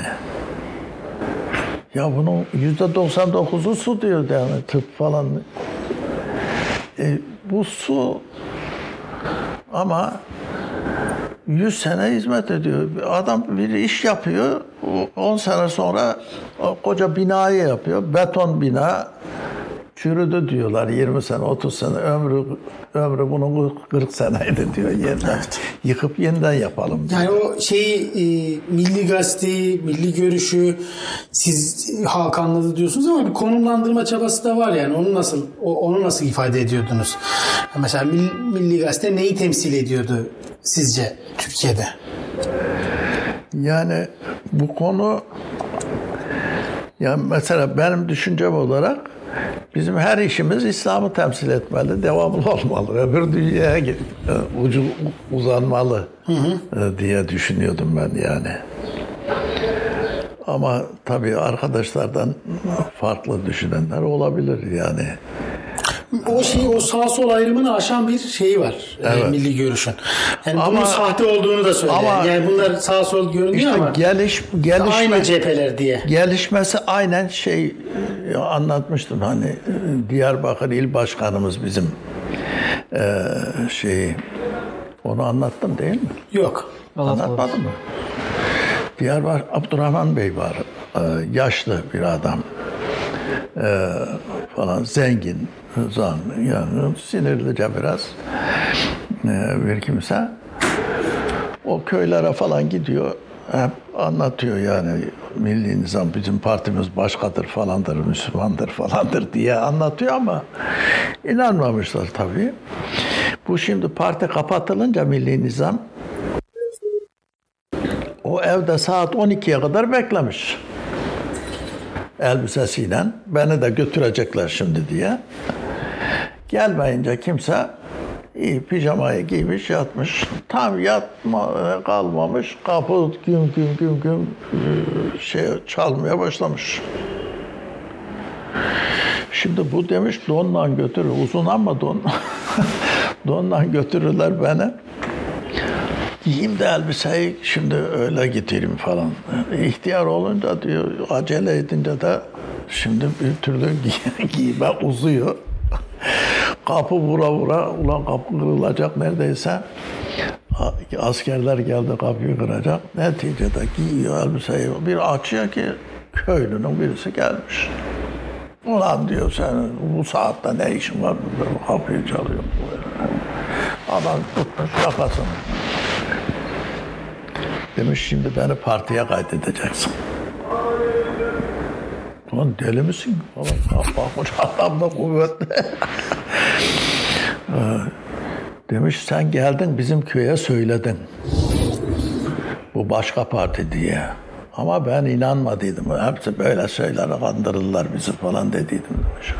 Ya bunun yüzde doksan dokuzu su diyor yani tıp falan. E, bu su ama yüz sene hizmet ediyor. Adam bir iş yapıyor, on sene sonra koca binayı yapıyor. Beton bina çürüdü diyorlar yirmi sene, otuz sene. Ömrü ömrü bunun kırk seneydi diyor yeniden. Evet. Yıkıp yeniden yapalım diyor. Yani o şeyi e, Milli Gazete'yi, Milli Görüş'ü siz halk anladı diyorsunuz ama bir konumlandırma çabası da var yani. Onu nasıl o, onu nasıl ifade ediyordunuz? Mesela Milli, Milli Gazete neyi temsil ediyordu sizce Türkiye'de? Yani bu konu yani mesela benim düşüncem olarak bizim her işimiz İslam'ı temsil etmeli, devamlı olmalı. Öbür dünyaya ucu uzanmalı hı hı. diye düşünüyordum ben yani. Ama tabii arkadaşlardan farklı düşünenler olabilir yani. O şey, o sağ sol ayrımını aşan bir şey var evet. e, Milli Görüş'ün. Yani ama, bunun sahte olduğunu da söylüyor. Ama, yani bunlar sağ sol görünüyor işte ama geliş, gelişme, aynı cepheler diye. Gelişmesi aynen şey anlatmıştım hani Diyarbakır İl Başkanımız bizim e, şeyi onu anlattım değil mi? Yok. Anlatmadım mı? Diyarbakır Abdurrahman Bey var. E, yaşlı bir adam. E, falan zengin, zan, yani sinirlice biraz e, bir kimse. O köylere falan gidiyor, hep anlatıyor yani milli nizam bizim partimiz başkadır falandır, Müslümandır falandır diye anlatıyor ama inanmamışlar tabii. Bu şimdi parti kapatılınca milli nizam o evde saat on ikiye kadar beklemiş. Elbisesiyle beni de götürecekler şimdi diye. Gelmeyince kimse iyi pijamayı giymiş yatmış. Tam yatma kalmamış kapı güm güm güm güm şey çalmaya başlamış. Şimdi bu demiş donla götürür. Uzun ama don. Donla götürürler beni. Giyeyim de elbiseyi şimdi öyle getireyim falan. İhtiyar olunca diyor, acele edince de şimdi bir türlü giy- giyime uzuyor. Kapı vura vura, ulan kapı kırılacak neredeyse. Askerler geldi kapıyı kıracak. Neticede giyiyor elbiseyi. Bir açıyor ki köylünün birisi gelmiş. Ulan diyor sen bu saatte ne işin var burada? Kapıyı çalıyor. Adam tutmuş yakasını. Demiş şimdi beni partiye kaydedeceksin. Ulan deli misin? Bakmış adam da kuvvetli. Demiş sen geldin bizim köye söyledin. Bu başka parti diye. Ama ben inanmadıydım. Hepsi böyle şeyler kandırırlar bizi falan dediydim demiş.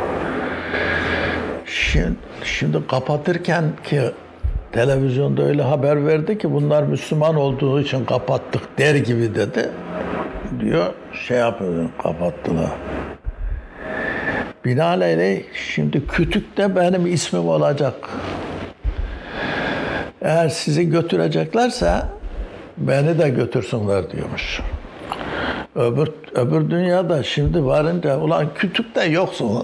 Şimdi, şimdi kapatırken ki televizyonda öyle haber verdi ki bunlar Müslüman olduğu için kapattık der gibi dedi. Diyor şey yapıyor kapattılar. Binaenaleyh şimdi Kütük'te benim ismim olacak. eğer sizi götüreceklerse beni de götürsünler diyormuş. Öbür, öbür dünyada şimdi varınca ulan kütükte yoksun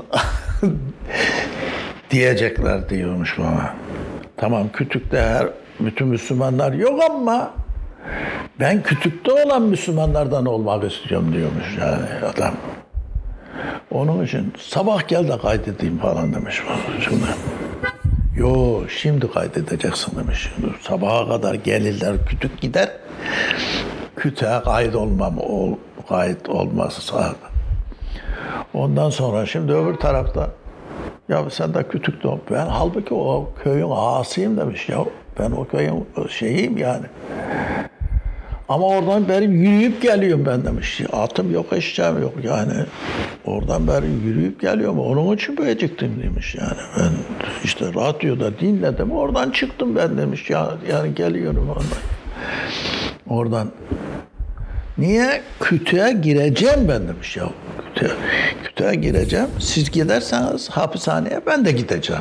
diyecekler diyormuş bana. Tamam kütükte her bütün Müslümanlar yok ama ben kütükte olan Müslümanlardan olmak istiyorum diyormuş yani adam. Onun için sabah gel de kaydedeyim falan demiş bana şimdi. Yo şimdi kaydedeceksin demiş. Sabaha kadar gelirler kütük gider. Kütüğe kayıt olmam, o kayıt olmazsa. Ondan sonra şimdi öbür tarafta ya sen de kütükte ol. Ben halbuki o köyün ağasıyım demiş ya. Ben o köyün şeyiyim yani. Ama oradan beri yürüyüp geliyorum ben demiş. Atım yok, eşeğim yok yani. Oradan beri yürüyüp geliyorum. Onun için böyle çıktım demiş yani. Ben işte radyoda dinledim. Oradan çıktım ben demiş. Ya, yani geliyorum oradan. Oradan. Niye? Kütüğe gireceğim ben demiş ya. Kütüğe, kütüğe gireceğim. Siz giderseniz hapishaneye ben de gideceğim.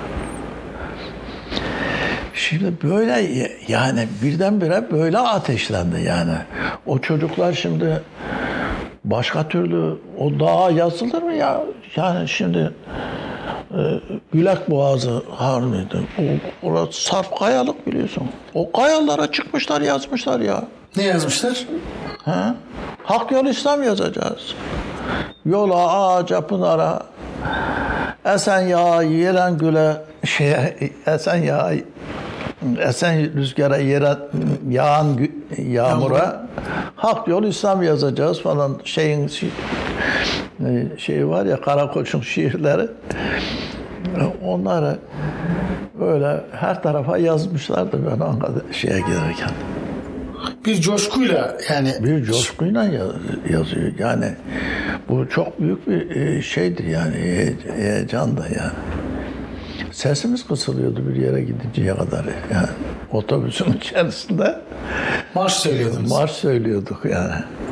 Şimdi böyle yani birdenbire böyle ateşlendi yani. O çocuklar şimdi başka türlü o dağa yazılır mı ya? Yani şimdi e, Gülek Boğazı har mıydı? O, orası sarp kayalık biliyorsun. O kayalara çıkmışlar yazmışlar ya. Ne yazmışlar? Ha? Hak yol İslam yazacağız. Yola, ağaca, pınara, esen yağa, yelen güle, şeye, esen yağa, esen rüzgara, yere yağan yağmura, hak yol İslam yazacağız falan şeyin şey var ya Karakoç'un şiirleri. Onları böyle her tarafa yazmışlardı ben Ankara'da şeye giderken. Bir coşkuyla yani. Bir coşkuyla yazıyor. Yani bu çok büyük bir şeydir yani heyecandı yani. Sesimiz kısılıyordu bir yere gidinceye kadar yani otobüsün içerisinde. Marş söylüyordunuz. Marş söylüyorduk yani.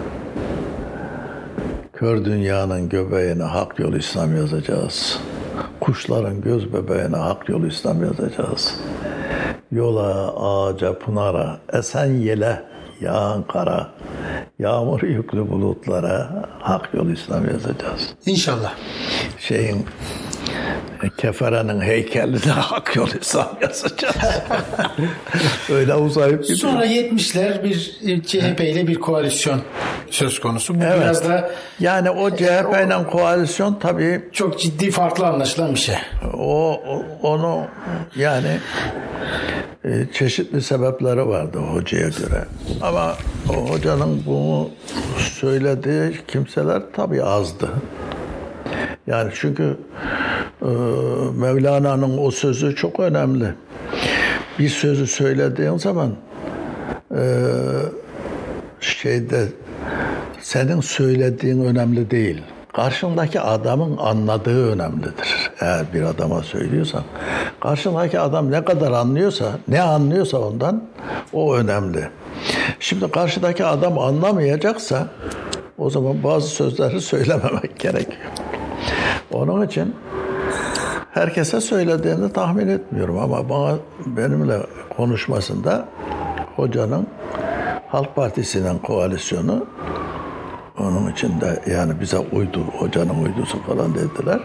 Kör dünyanın göbeğine hak yolu İslam yazacağız. Kuşların göz bebeğine hak yolu İslam yazacağız. Yola, ağaca, pınara, esen yele, yağan kara, yağmur yüklü bulutlara hak yolu İslam yazacağız. İnşallah. Şeyin, Kefere'nin heykeline hak yolu İslam yazacağız. Öyle uzayıp gidiyor. Sonra yetmişler bir C H P ile bir koalisyon söz konusu. Bu evet. Biraz da yani o C H P ile koalisyon tabii çok ciddi farklı anlaşılan bir şey. O, o onu yani e, çeşitli sebepleri vardı hocaya göre. Ama o hocanın bunu söylediği kimseler tabii azdı. Yani çünkü e, Mevlana'nın o sözü çok önemli. Bir sözü söylediğin zaman e, şeyde senin söylediğin önemli değil. Karşındaki adamın anladığı önemlidir. Eğer bir adama söylüyorsan, karşındaki adam ne kadar anlıyorsa, ne anlıyorsa ondan o önemli. Şimdi karşıdaki adam anlamayacaksa o zaman bazı sözleri söylememek gerekiyor. Onun için herkese söylediğini tahmin etmiyorum ama bana benimle konuşmasında hocanın Halk Partisi'nin koalisyonu onun için de yani bize uydu, hocanın uydusu falan dediler.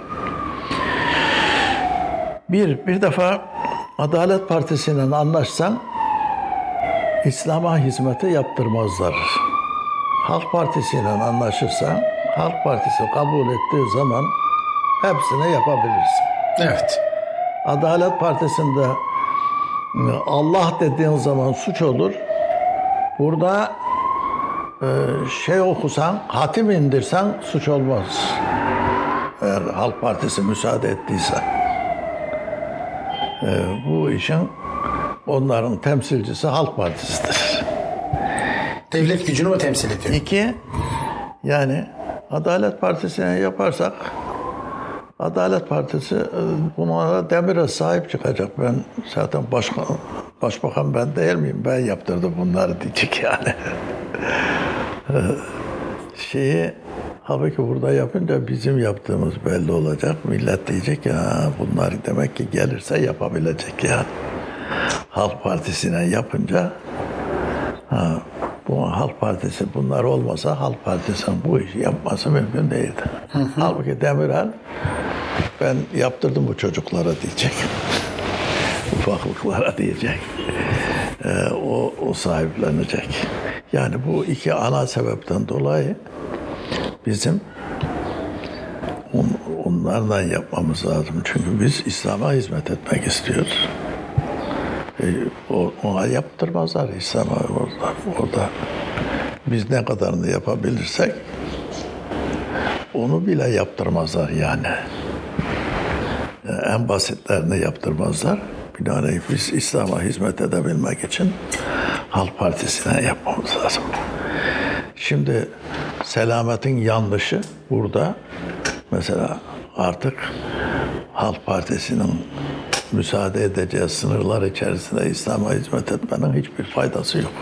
Bir, bir defa Adalet Partisi'nin anlaşsan İslam'a hizmeti yaptırmazlar. Halk Partisi'yle anlaşırsan, Halk Partisi kabul ettiği zaman hepsini yapabilirsin. Evet. Adalet Partisi'nde Allah dediğin zaman suç olur. Burada şey okusan, hatim indirsen suç olmaz. Eğer Halk Partisi müsaade ettiyse. Bu işin onların temsilcisi Halk Partisi'dir. Devlet gücünü o temsil ediyor. İki, yani Adalet Partisi'ne yaparsak Adalet Partisi buna demire sahip çıkacak. Ben zaten başkan, başbakan ben değil miyim? Ben yaptırdım bunları diyecek yani. Şeyi halbuki burada yapınca bizim yaptığımız belli olacak. Millet diyecek ya bunlar demek ki gelirse yapabilecek ya. Halk Partisi'ne yapınca ha, bu Halk Partisi bunlar olmasa Halk Partisi'nin bu işi yapması mümkün değildi. Hı hı. Halbuki Demirel ben yaptırdım bu çocuklara diyecek. Ufaklıklara diyecek. Ee, o, o sahiplenecek. Yani bu iki ana sebepten dolayı bizim on, onlarla yapmamız lazım. Çünkü biz İslam'a hizmet etmek istiyoruz. Ee, o, ona yaptırmazlar İslam'a orada, orada. Biz ne kadarını yapabilirsek onu bile yaptırmazlar yani. yani en basitlerini yaptırmazlar. Binaenaleyh biz İslam'a hizmet edebilmek için Halk Partisi'ne yapmamız lazım. Şimdi Selamet'in yanlışı burada mesela artık Halk Partisi'nin müsaade edeceği sınırlar içerisinde İslam'a hizmet etmenin hiçbir faydası yok.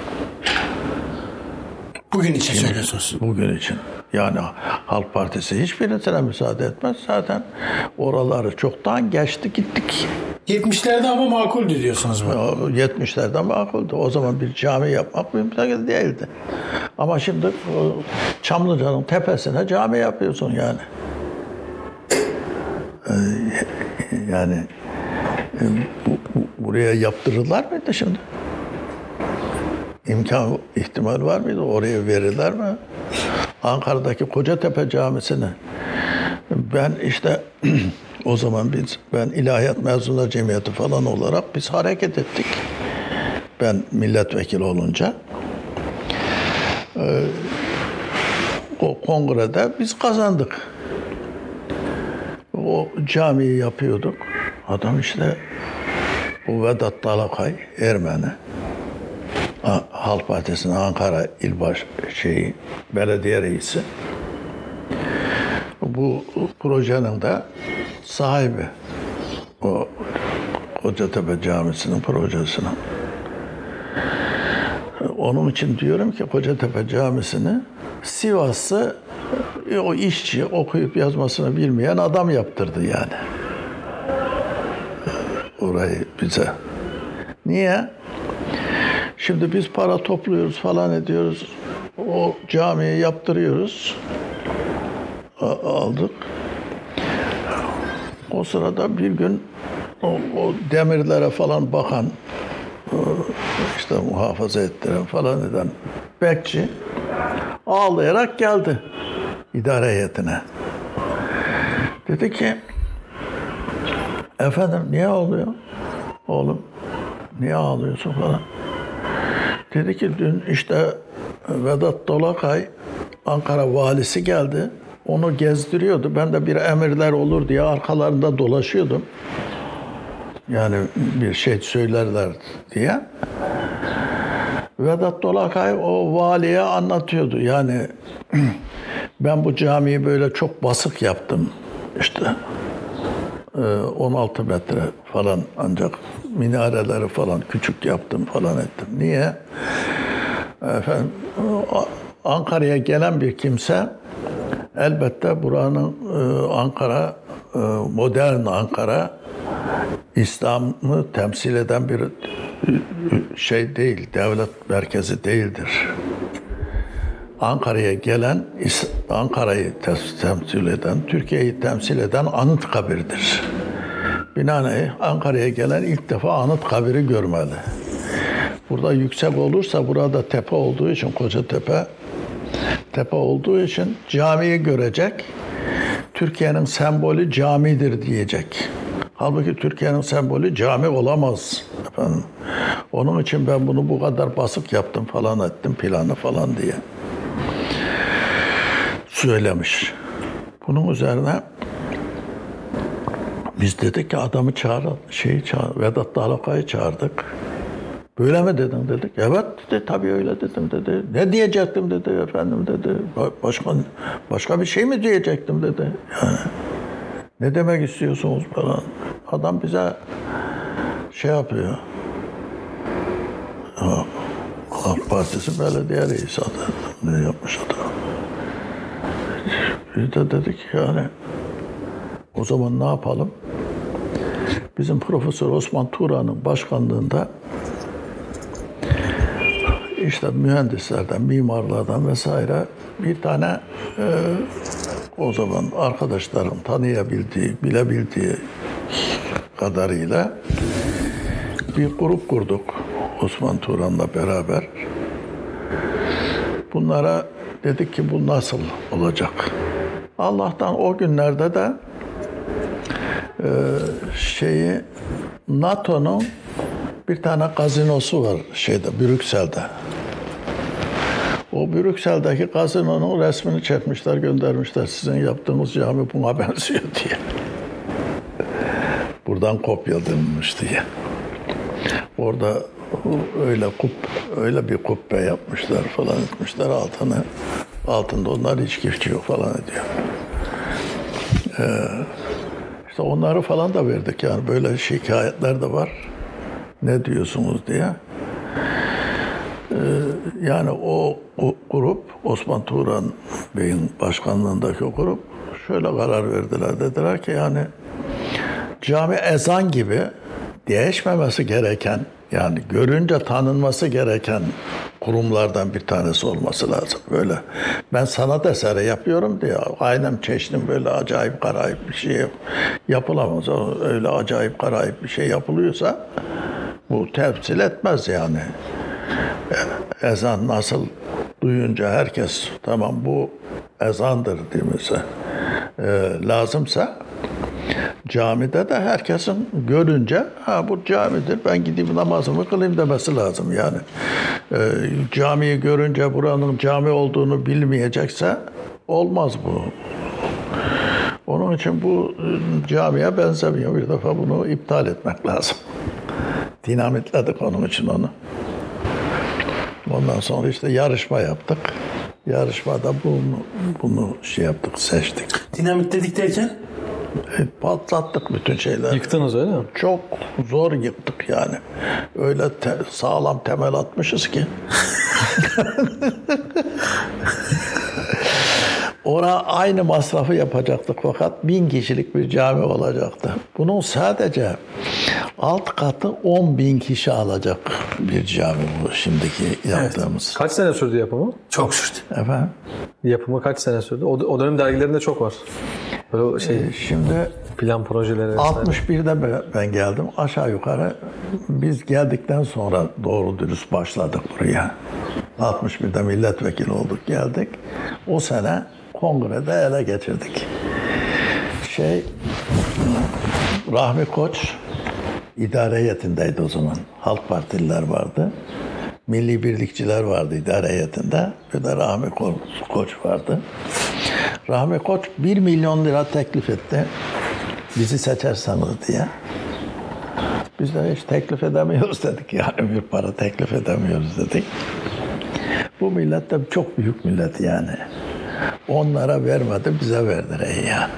Bugün için söylüyorsunuz. Bugün için. Yani Halk Partisi hiçbirisine müsaade etmez. Zaten oraları çoktan geçti gittik. yetmişlerde ama makuldü diyorsunuz bu. yetmişlerde makuldü. O zaman bir cami yapmak mümkün değildi. Ama şimdi Çamlıca'nın tepesine cami yapıyorsun yani. Yani buraya yaptırırlar mıydı şimdi? İmkan, ihtimal var mıydı? Oraya verirler mi? Ankara'daki Kocatepe Camisi'ne ben işte o zaman biz ben İlahiyat Mezunlar Cemiyeti falan olarak biz hareket ettik. Ben milletvekili olunca ee, o kongrede biz kazandık. O camiyi yapıyorduk. Adam işte bu Vedat Dalakay Ermeni. Halk Partisi'nin Ankara İl Baş şeyi, belediye reisi. Bu projenin de sahibi. O Kocatepe Camisi'nin projesinin. Onun için diyorum ki Kocatepe Camisi'ni Sivas'ı o işçi okuyup yazmasını bilmeyen adam yaptırdı yani. Orayı bize. Niye? Şimdi biz para topluyoruz falan ediyoruz. O camiyi yaptırıyoruz. Aldık. O sırada bir gün o, o demirlere falan bakan, işte muhafaza ettiren falan eden bekçi ağlayarak geldi idare heyetine. Dedi ki, efendim niye ağlıyor? Oğlum niye ağlıyorsun falan. Dedi ki dün işte Vedat Dalakay Ankara valisi geldi. Onu gezdiriyordu. Ben de bir emirler olur diye arkalarında dolaşıyordum. Yani bir şey söylerler diye. Vedat Dalakay o valiye anlatıyordu. Yani ben bu camiyi böyle çok basık yaptım. İşte on altı metre falan ancak minareleri falan küçük yaptım falan ettim. Niye? Efendim Ankara'ya gelen bir kimse elbette buranın Ankara, modern Ankara İslam'ı temsil eden bir şey değil, devlet merkezi değildir. Ankara'ya gelen, Ankara'yı temsil eden, Türkiye'yi temsil eden Anıtkabir'dir. Binaenaleyh Ankara'ya gelen ilk defa Anıtkabir'i görmeli. Burada yüksek olursa, burada tepe olduğu için, Kocatepe, tepe olduğu için camiyi görecek. Türkiye'nin sembolü camidir diyecek. Halbuki Türkiye'nin sembolü cami olamaz efendim. Onun için ben bunu bu kadar basık yaptım falan ettim planı falan diye söylemiş. Bunun üzerine biz dedik ki adamı çağıralım, şeyi çağır, Vedat Dalakay'ı çağırdık. Böyle mi dedin dedik. Evet dedi, tabii öyle dedim dedi. Ne diyecektim dedi efendim dedi. Başka başka bir şey mi diyecektim dedi. Yani ne demek istiyorsunuz falan. Adam bize şey yapıyor. Halk Partisi belediye reisi adı. Ne yapmış adam. Biz de dedik yani o zaman ne yapalım? Bizim Profesör Osman Turan'ın başkanlığında işte mühendislerden, mimarlardan vesaire bir tane e, o zaman arkadaşlarım tanıyabildiği, bilebildiği kadarıyla bir grup kurduk Osman Turan'la beraber. Bunlara dedik ki bu nasıl olacak? Allah'tan o günlerde de e, şeyi NATO'nun bir tane gazinosu var şeyde Brüksel'de. O Brüksel'deki gazinonun resmini çekmişler, göndermişler. Sizin yaptığınız cami buna benziyor diye. Buradan kopyalanmış diye. Orada öyle kup, öyle bir kubbe yapmışlar falan etmişler altını. Altında onlar içki içiyor falan ediyor. Ee, işte onları falan da verdik yani böyle şikayetler de var. Ne diyorsunuz diye. Ee, yani o, o grup, Osman Turan Bey'in başkanlığındaki o grup şöyle karar verdiler. Dediler ki yani cami ezan gibi değişmemesi gereken, yani görünce tanınması gereken kurumlardan bir tanesi olması lazım. Böyle ben sanat eseri yapıyorum diye aynen çeşnim böyle acayip garayip bir şey yapılamaz. Öyle acayip garayip bir şey yapılıyorsa bu temsil etmez yani. Ezan nasıl duyunca herkes tamam bu ezandır dediğimizde e, lazımsa camide de herkesin görünce ha bu camidir ben gideyim namazımı kılayım demesi lazım yani. E, camiyi görünce buranın cami olduğunu bilmeyecekse olmaz bu. Onun için bu camiye benzemiyor. Bir defa bunu iptal etmek lazım. Dinamitledik onun için onu. Ondan sonra işte yarışma yaptık. Yarışmada bunu, bunu şey yaptık, seçtik. Dinamitledik derken? E, patlattık bütün şeyleri. Yıktınız öyle mi? Çok zor yıktık yani. Öyle te, sağlam temel atmışız ki. Ona aynı masrafı yapacaktık fakat bin kişilik bir cami olacaktı. Bunun sadece alt katı on bin kişi alacak bir cami bu şimdiki yaptığımız. Evet. Kaç sene sürdü yapımı? Çok sürdü. Efendim? Yapımı kaç sene sürdü? O, o dönem dergilerinde çok var. Böyle şey Ee, şimdi plan projeleri vesaire. altmış birde ben geldim. Aşağı yukarı biz geldikten sonra doğru dürüst başladık buraya. altmış birde milletvekili olduk, geldik. O sene kongrede ele geçirdik. Şey, Rahmi Koç idare heyetindeydi o zaman. Halk Partililer vardı. Milli Birlikçiler vardı idare heyetinde. Bir de Rahmi Koç vardı. Rahmi Koç bir milyon lira teklif etti. Bizi seçerseniz diye. Biz de hiç teklif edemiyoruz dedik. Yani bir para teklif edemiyoruz dedik. Bu millet de çok büyük millet yani. Onlara vermedi, bize verdi yani.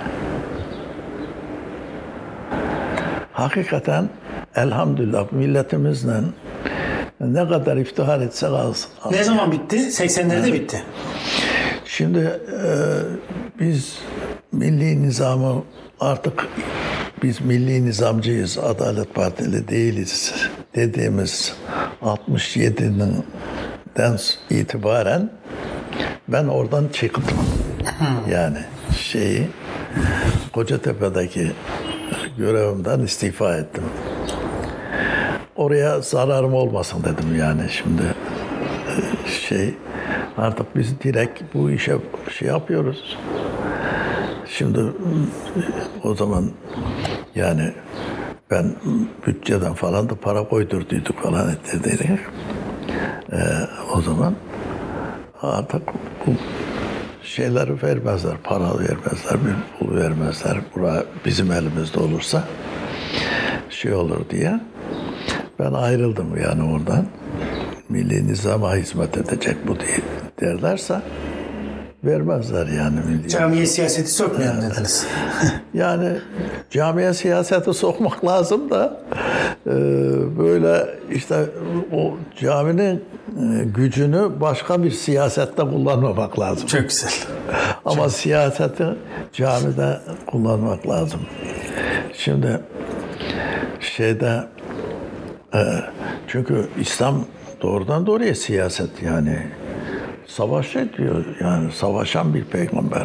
Hakikaten elhamdülillah milletimizle ne kadar iftihar etsek az. az. Ne zaman bitti? seksenlerde bitti. Şimdi e, biz milli nizamı artık biz milli nizamcıyız, Adalet Partili değiliz dediğimiz altmış yedinin itibaren ben oradan çıktım. Yani şeyi Kocatepe'deki görevimden istifa ettim. Oraya zararım olmasın dedim yani şimdi şey artık biz direkt bu işe şey yapıyoruz. Şimdi o zaman yani ben bütçeden falan da para koydurduyduk falan ettirdik. Ee, o zaman artık bu şeyleri vermezler, para vermezler, bir pul vermezler. Bura bizim elimizde olursa şey olur diye. Ben ayrıldım yani oradan. Milli nizama hizmet edecek bu diye derlerse vermezler yani. Milli Camiye siyaseti sokmayalım dediniz. Yani camiye siyaseti sokmak lazım da e, böyle işte o caminin e, gücünü başka bir siyasette kullanmamak lazım. Çok güzel. Ama Çok. siyaseti camide kullanmak lazım. Şimdi şeyde e, çünkü İslam doğrudan doğruya siyaset yani. Savaş ediyor yani savaşan bir peygamber.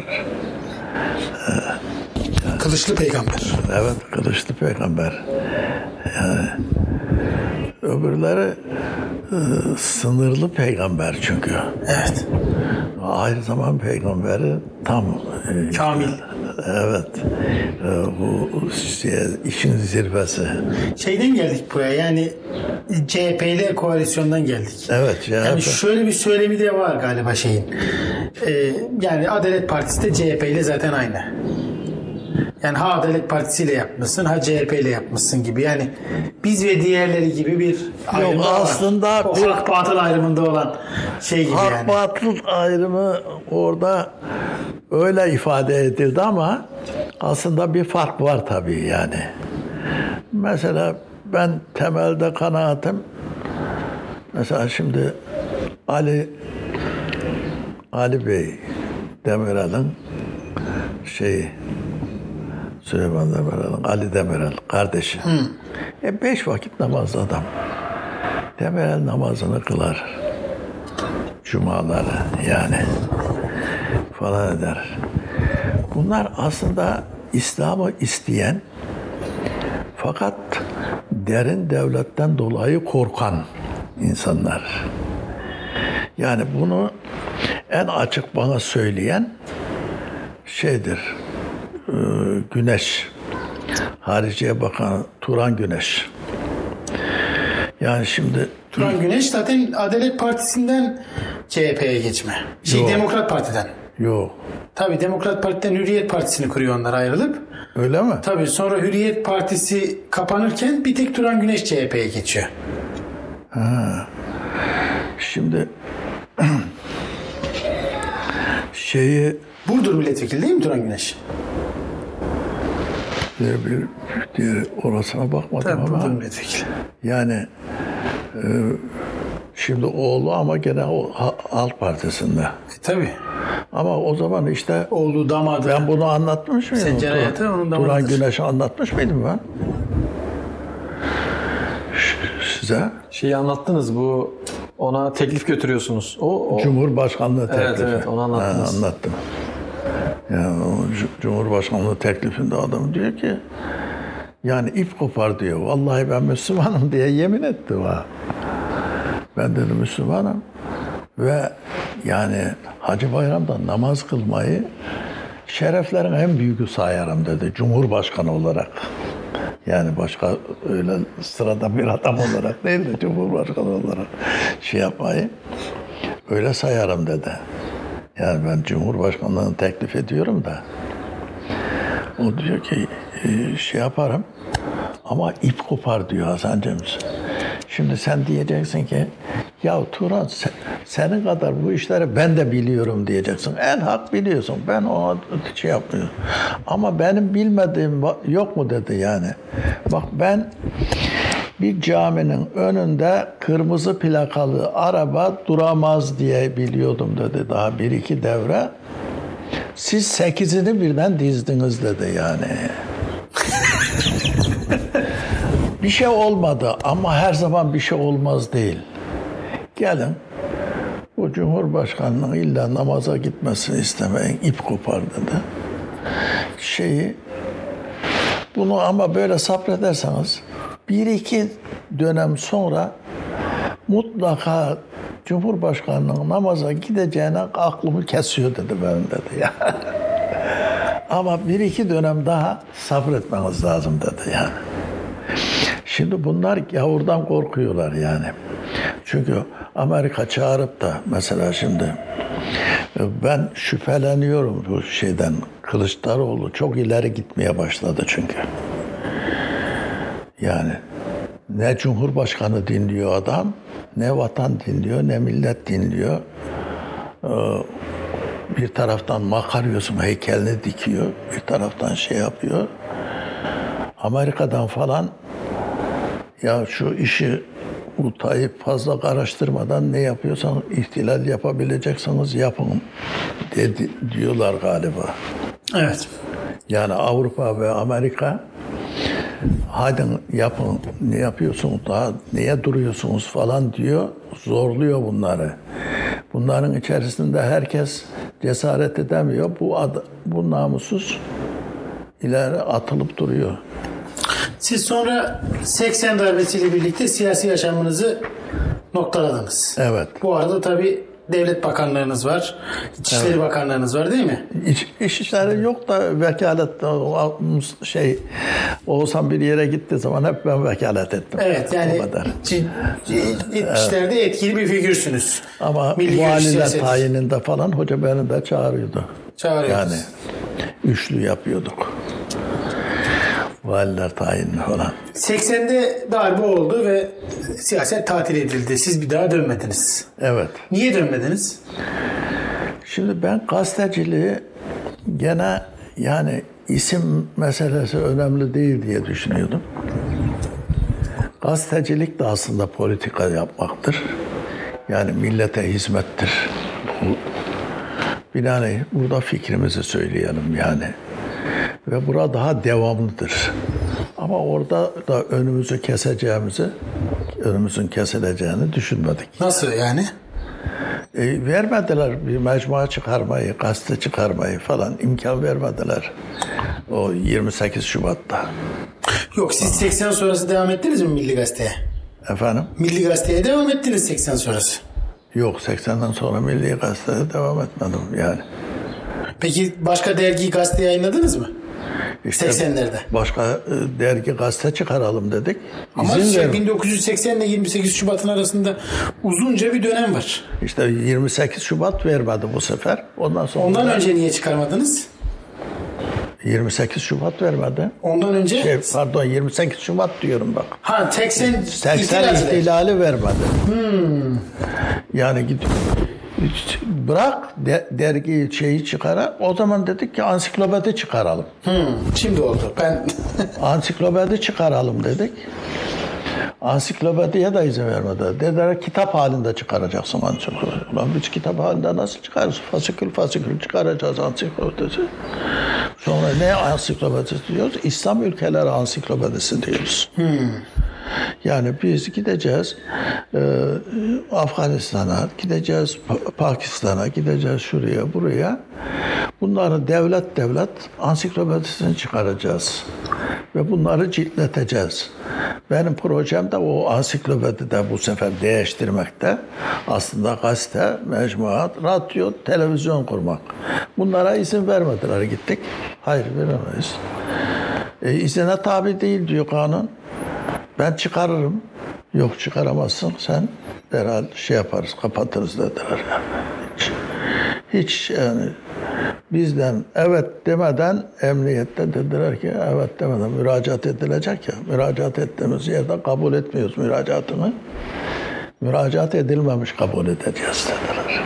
Yani, kılıçlı peygamber. Evet, kılıçlı peygamber. Yani öbürleri e, sınırlı peygamber çünkü. Evet. Aynı zaman peygamberi tam e, kamil. Evet. E, bu şey, işin zirvesi. Şeyden geldik buraya yani C H P ile koalisyondan geldik. Evet. C H P. Yani şöyle bir söylemi de var galiba şeyin. Ee, yani Adalet Partisi de C H P ile zaten aynı. Yani ha Adalet Partisi ile yapmışsın, ha C H P ile yapmışsın gibi. Yani biz ve diğerleri gibi bir ayrım Yok, aslında var. O bir, hak batıl ayrımında olan şey gibi hak yani. Hak batıl ayrımı orada öyle ifade edildi ama aslında bir fark var tabii yani. Mesela ben temelde kanaatim mesela şimdi Ali Ali Bey Demirel'in şeyi Süleyman Demirel'in Ali Demirel kardeşi. Hı. E beş vakit namazlı adam. Demirel namazını kılar. Cumaları yani falan eder. Bunlar aslında İslam'ı isteyen fakat derin devletten dolayı korkan insanlar. Yani bunu en açık bana söyleyen şeydir. Güneş. Hariciye Bakanı Turan Güneş. Yani şimdi Turan Güneş zaten Adalet Partisi'nden C H P'ye geçme. Şey Yok. Demokrat Parti'den. Yok. Tabii Demokrat Parti'den Hürriyet Partisi'ni kuruyor onlar ayrılıp. Öyle mi? Tabii sonra Hürriyet Partisi kapanırken bir tek Turan Güneş C H P'ye geçiyor. Ha. Şimdi şeyi Burdur milletvekili değil mi Turan Güneş? Diğer bir diğer orasına bakmadım Tabii, ama. Burdur milletvekili. Yani e, şimdi oğlu ama gene o Halk Partisi'nde. E, tabii. Ama o zaman işte oğlu damadı. Ben bunu anlatmış mıydım? Sencer Hayatı onun damadıdır. Turan Güneş'i anlatmış mıydım ben? Size? Şeyi anlattınız bu ona teklif götürüyorsunuz. O, o... Cumhurbaşkanlığı teklifi. Evet evet onu anlattınız. Ha, anlattım. Yani o Cumhurbaşkanlığı teklifinde adam diyor ki yani ip kopar diyor. Vallahi ben Müslümanım diye yemin etti ha. Ben dedim Müslümanım ve yani Hacı Bayram'da namaz kılmayı şereflerin en büyüğü sayarım dedi Cumhurbaşkanı olarak. Yani başka öyle sıradan bir adam olarak değil de Cumhurbaşkanı olarak şey yapmayı öyle sayarım dedi. Yani ben Cumhurbaşkanlığını teklif ediyorum da o diyor ki şey yaparım ama ip kopar diyor Hasan Cemiz. Şimdi sen diyeceksin ki ya Turan sen, senin kadar bu işleri ben de biliyorum diyeceksin. En hak biliyorsun. Ben ona şey yapmıyorum. Ama benim bilmediğim yok mu dedi yani. Bak ben bir caminin önünde kırmızı plakalı araba duramaz diye biliyordum dedi daha bir iki devre. Siz sekizini birden dizdiniz dedi yani. Bir şey olmadı ama her zaman bir şey olmaz değil. Gelin bu Cumhurbaşkanlığı illa namaza gitmesini istemeyin, ip kopar dedi. Şeyi bunu ama böyle sabrederseniz bir iki dönem sonra mutlaka Cumhurbaşkanlığı namaza gideceğine aklımı kesiyor dedi benim dedi ya. Ama bir iki dönem daha sabretmeniz lazım dedi yani. Şimdi bunlar gavurdan korkuyorlar yani. Çünkü Amerika çağırıp da mesela şimdi ben şüpheleniyorum bu şeyden. Kılıçdaroğlu çok ileri gitmeye başladı çünkü. Yani ne Cumhurbaşkanı dinliyor adam, ne vatan dinliyor, ne millet dinliyor. Bir taraftan Makaryos'un heykelini dikiyor, bir taraftan şey yapıyor. Amerika'dan falan ya şu işi bu Tayyip fazla karıştırmadan ne yapıyorsanız ihtilal yapabileceksiniz yapın dedi, diyorlar galiba. Evet. Yani Avrupa ve Amerika hadi yapın, ne yapıyorsunuz daha, niye duruyorsunuz falan diyor, zorluyor bunları. Bunların içerisinde herkes cesaret edemiyor. Bu ad, bu namussuz ileri atılıp duruyor. Siz sonra seksen darbesiyle birlikte siyasi yaşamınızı noktaladınız. Evet. Bu arada tabii devlet bakanlarınız var, İçişleri evet. Bakanlarınız var değil mi? İç, iş işleri yok da vekalet şey Oğuzhan bir yere gittiği zaman hep ben vekalet ettim. Evet yani işlerde evet. etkili bir figürsünüz. Ama valiler tayininde falan hoca beni de çağırıyordu. Çağırıyoruz. Yani üçlü yapıyorduk. Valiler tayinli falan. seksende darbe oldu ve siyaset tatil edildi. Siz bir daha dönmediniz. Evet. Niye dönmediniz? Şimdi ben gazeteciliği gene yani isim meselesi önemli değil diye düşünüyordum. Gazetecilik de aslında politika yapmaktır. Yani millete hizmettir. Bu, binaenaleyh burada fikrimizi söyleyelim yani. Ve bura daha devamlıdır. Ama orada da önümüzü keseceğimizi, önümüzün kesileceğini düşünmedik. Nasıl yani? E, vermediler bir mecmua çıkarmayı, gazete çıkarmayı falan imkan vermediler. O yirmi sekiz Şubat'ta. Yok siz seksen sonrası devam ettiniz mi Milli Gazete'ye? Efendim? Milli Gazete'ye devam ettiniz seksen sonrası. Yok seksenden sonra Milli Gazete'ye devam etmedim yani. Peki başka dergi gazete yayınladınız mı? İşte seksenlerde. Başka dergi gazete çıkaralım dedik. Ama şey, bin dokuz yüz seksen ile yirmi sekiz Şubat'ın arasında uzunca bir dönem var. İşte yirmi sekiz Şubat vermedi bu sefer. Ondan sonra Ondan önce niye çıkarmadınız? yirmi sekiz Şubat vermedi. Ondan önce? Şey, pardon yirmi sekiz Şubat diyorum bak. Ha seksen, seksen ihtilali vermedi. Hmm. Yani gidip bırak de, dergiyi şeyi çıkara. O zaman dedik ki ansiklopedi çıkaralım. Hmm, şimdi oldu. Ben ansiklopedi çıkaralım dedik. Ansiklopediye de izin vermedi. Dediler kitap halinde çıkaracaksın ansiklopedi. Ulan biz kitap halinde nasıl çıkarız? Fasikül fasikül çıkaracağız ansiklopedisi. Sonra ne ansiklopedisi diyoruz? İslam ülkeleri ansiklopedisi diyoruz. Hmm. Yani biz gideceğiz e, Afganistan'a, gideceğiz Pakistan'a, gideceğiz şuraya, buraya. Bunları devlet devlet ansiklopedisini çıkaracağız. Ve bunları ciltleteceğiz. Benim projem de o ansiklopedide bu sefer değiştirmekte. Aslında gazete, mecmuat, radyo, televizyon kurmak. Bunlara izin vermediler, gittik. Hayır veremeyiz. E, izine tabi değil diyor kanun. Ben çıkarırım. Yok çıkaramazsın sen derhal şey yaparız, kapatırız dediler. Yani. Hiç, hiç yani bizden evet demeden emniyette dediler ki evet demeden müracaat edilecek ya. Müracaat ettiğimiz yerde kabul etmiyoruz müracaatını. Müracaat edilmemiş kabul edeceğiz dediler.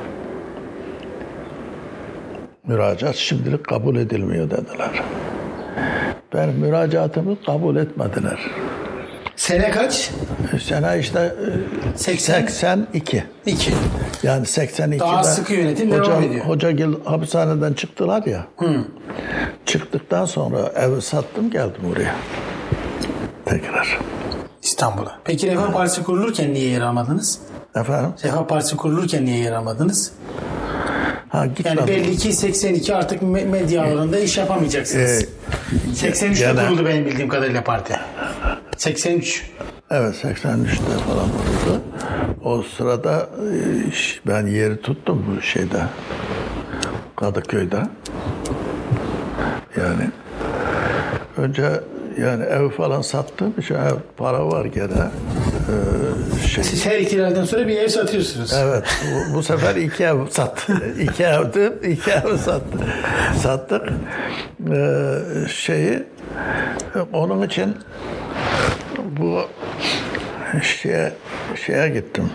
Müracaat şimdilik kabul edilmiyor dediler. Ben müracaatımı kabul etmediler. Sene kaç? Sene işte seksen. seksen iki. iki. Yani seksen ikide daha sıkı yönetim hoca, devam ediyor. Hocagil hapishaneden çıktılar ya. Hı. Çıktıktan sonra evi sattım geldim oraya. Tekrar. İstanbul'a. Peki Refah evet. Partisi kurulurken niye yer almadınız? Efendim? Refah Partisi kurulurken niye yer almadınız? Ha, yani belli ki seksen iki artık medya alanında iş yapamayacaksınız. Ee, seksen üçte gene, kuruldu benim bildiğim kadarıyla parti. seksen üç. Evet seksen üçte falan kuruldu. O sırada ben yeri tuttum bu şeyde. Kadıköy'de. Yani önce yani ev falan sattım. İşte ev, para var gene. Ee, şey. Siz her ikilerden sonra bir ev satıyorsunuz. Evet. Bu, bu sefer iki ev sattım. iki evdi. iki ev sattım. Sattık. Ee, şeyi onun için bu şeye, şeye gittim.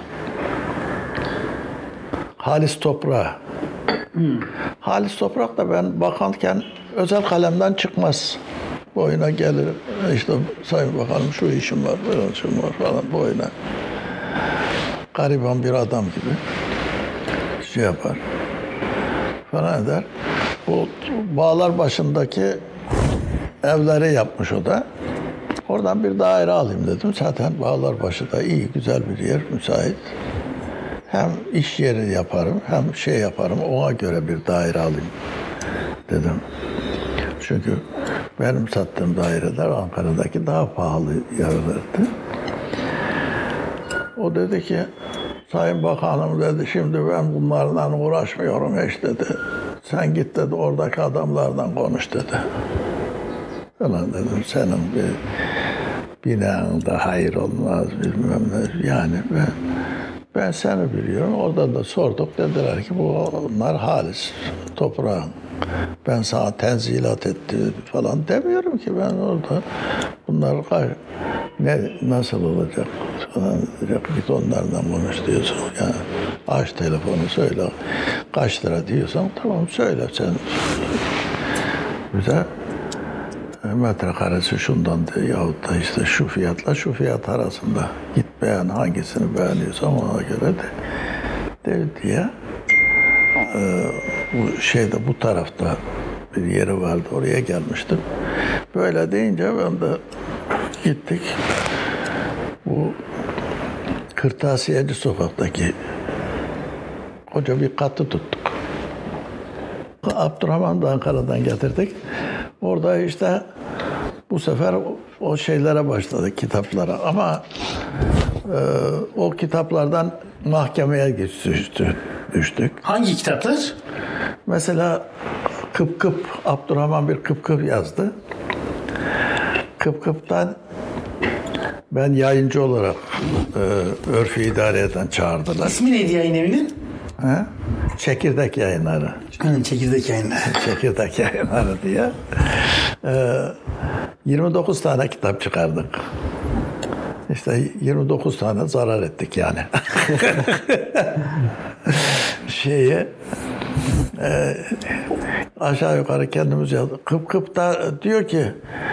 Halis Toprak'a. Hmm. Halis Toprak da ben bakanken özel kalemden çıkmaz. Boyuna gelir. İşte Sayın Bakanım şu işim var, böyle işim var falan boyuna. Gariban bir adam gibi şey yapar. Falan eder. Bu bağlar başındaki evleri yapmış o da. Oradan bir daire alayım dedim. Zaten Bağlarbaşı da iyi, güzel bir yer, müsait. Hem iş yeri yaparım, hem şey yaparım, ona göre bir daire alayım dedim. Çünkü benim sattığım daireler Ankara'daki daha pahalı yerlerdi. O dedi ki, Sayın Bakanım dedi, şimdi ben bunlarla uğraşmıyorum hiç dedi. Sen git dedi, oradaki adamlarla konuş dedi. Ulan dedim, senin bir binanda hayır olmaz bilmem ne. Yani ben, ben seni biliyorum. Oradan da sorduk. Dediler ki bu onlar halis toprağın. Ben sana tenzilat etti falan demiyorum ki ben orada. Bunlar ne nasıl olacak falan diyecek. Git onlardan konuş diyorsun. Yani aç telefonu söyle. Kaç lira diyorsan tamam söyle sen. Bize metrekaresi şundan de yahut da işte şu fiyatla şu fiyat arasında git beğen hangisini beğeniyorsan ona göre de, de diye e, bu şeyde bu tarafta bir yeri vardı oraya gelmiştim. Böyle deyince ben de gittik bu Kırtasiyeci sokaktaki koca bir katı tuttuk. Abdurrahman da Ankara'dan getirdik. Orada işte bu sefer o şeylere başladık, kitaplara. Ama e, o kitaplardan mahkemeye düştük. düştük. Hangi kitaplar? Mesela Kıp Kıp, Abdurrahman bir Kıp Kıp yazdı. Kıp Kıp'tan ben yayıncı olarak e, Örfü İdare'den çağırdılar. İsmi neydi yayın evinin? He? Çekirdek Yayınları. Hı, Çekirdek Yayınları. Çekirdek Yayınları diye. Ee, yirmi dokuz tane kitap çıkardık. İşte yirmi dokuz tane zarar ettik yani. Şeyi e, aşağı yukarı kendimiz yazdık. Kıp Kıp da diyor ki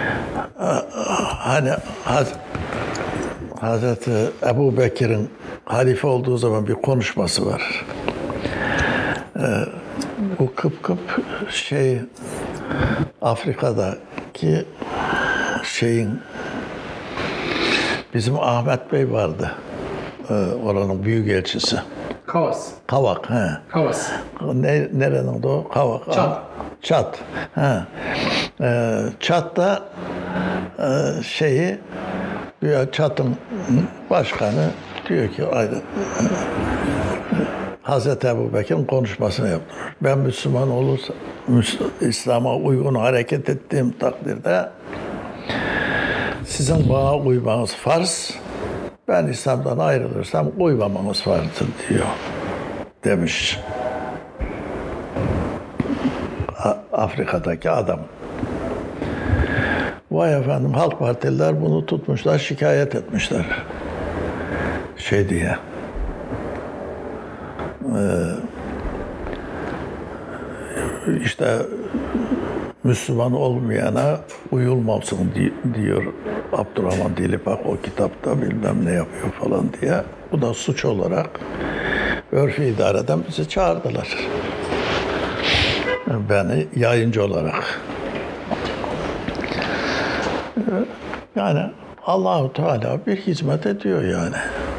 hani Haz Hazreti Ebu Bekir'in halife olduğu zaman bir konuşması var. Ee, bu Kıp Kıp şey Afrika'daki şeyin bizim Ahmet Bey vardı. Ee, oranın büyükelçisi. Kavas. Kavak. He. Kavas. Ne, nerenin de o? Kavak. Çat. Çat. He. Ee, Çat'ta e, şeyi Çat'ın başkanı diyor ki Hazreti Ebu Bekir'in konuşmasını yaptırır. Ben Müslüman olursa, İslam'a uygun hareket ettiğim takdirde sizin bana uymanız farz, ben İslam'dan ayrılırsam uymamanız farzdır diyor demiş. Afrika'daki adam. Vay efendim Halk Partililer bunu tutmuşlar, şikayet etmişler. Şey diye. Ee, işte Müslüman olmayana uyulmasın diyor Abdurrahman Dilipak o kitapta bilmem ne yapıyor falan diye. Bu da suç olarak Örfü İdare'den bizi çağırdılar. Beni yayıncı olarak. Yani Allah-u Teala bir hizmet ediyor yani.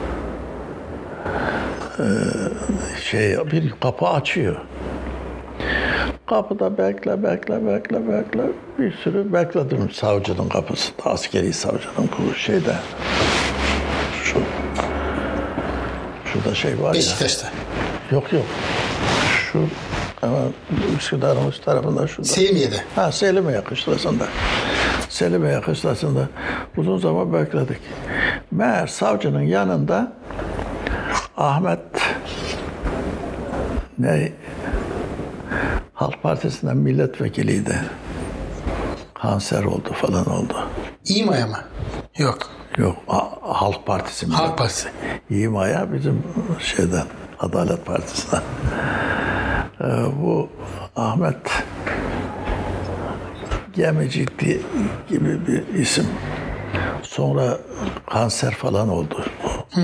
Ee, şey bir kapı açıyor. Kapıda bekle, bekle, bekle, bekle. Bir sürü bekledim savcının kapısında, askeri savcının bu şeyde. Şu, şurada şey var ya. Beşiktaş'ta. Yok yok. Şu hemen Üsküdar'ın üst tarafında şurada. Selimiye'de. Ha Selimiye kışlasında. Selimiye kışlasında uzun zaman bekledik. Meğer savcının yanında Ahmet ne Halk Partisi'nden milletvekiliydi. Kanser oldu falan oldu. İMA'ya mı? Yok. Yok Halk Partisi. Halk Partisi. İMA'ya bizim şeyden Adalet Partisi'nden. Ee, bu Ahmet Gemici gibi bir isim. Sonra kanser falan oldu. Hmm.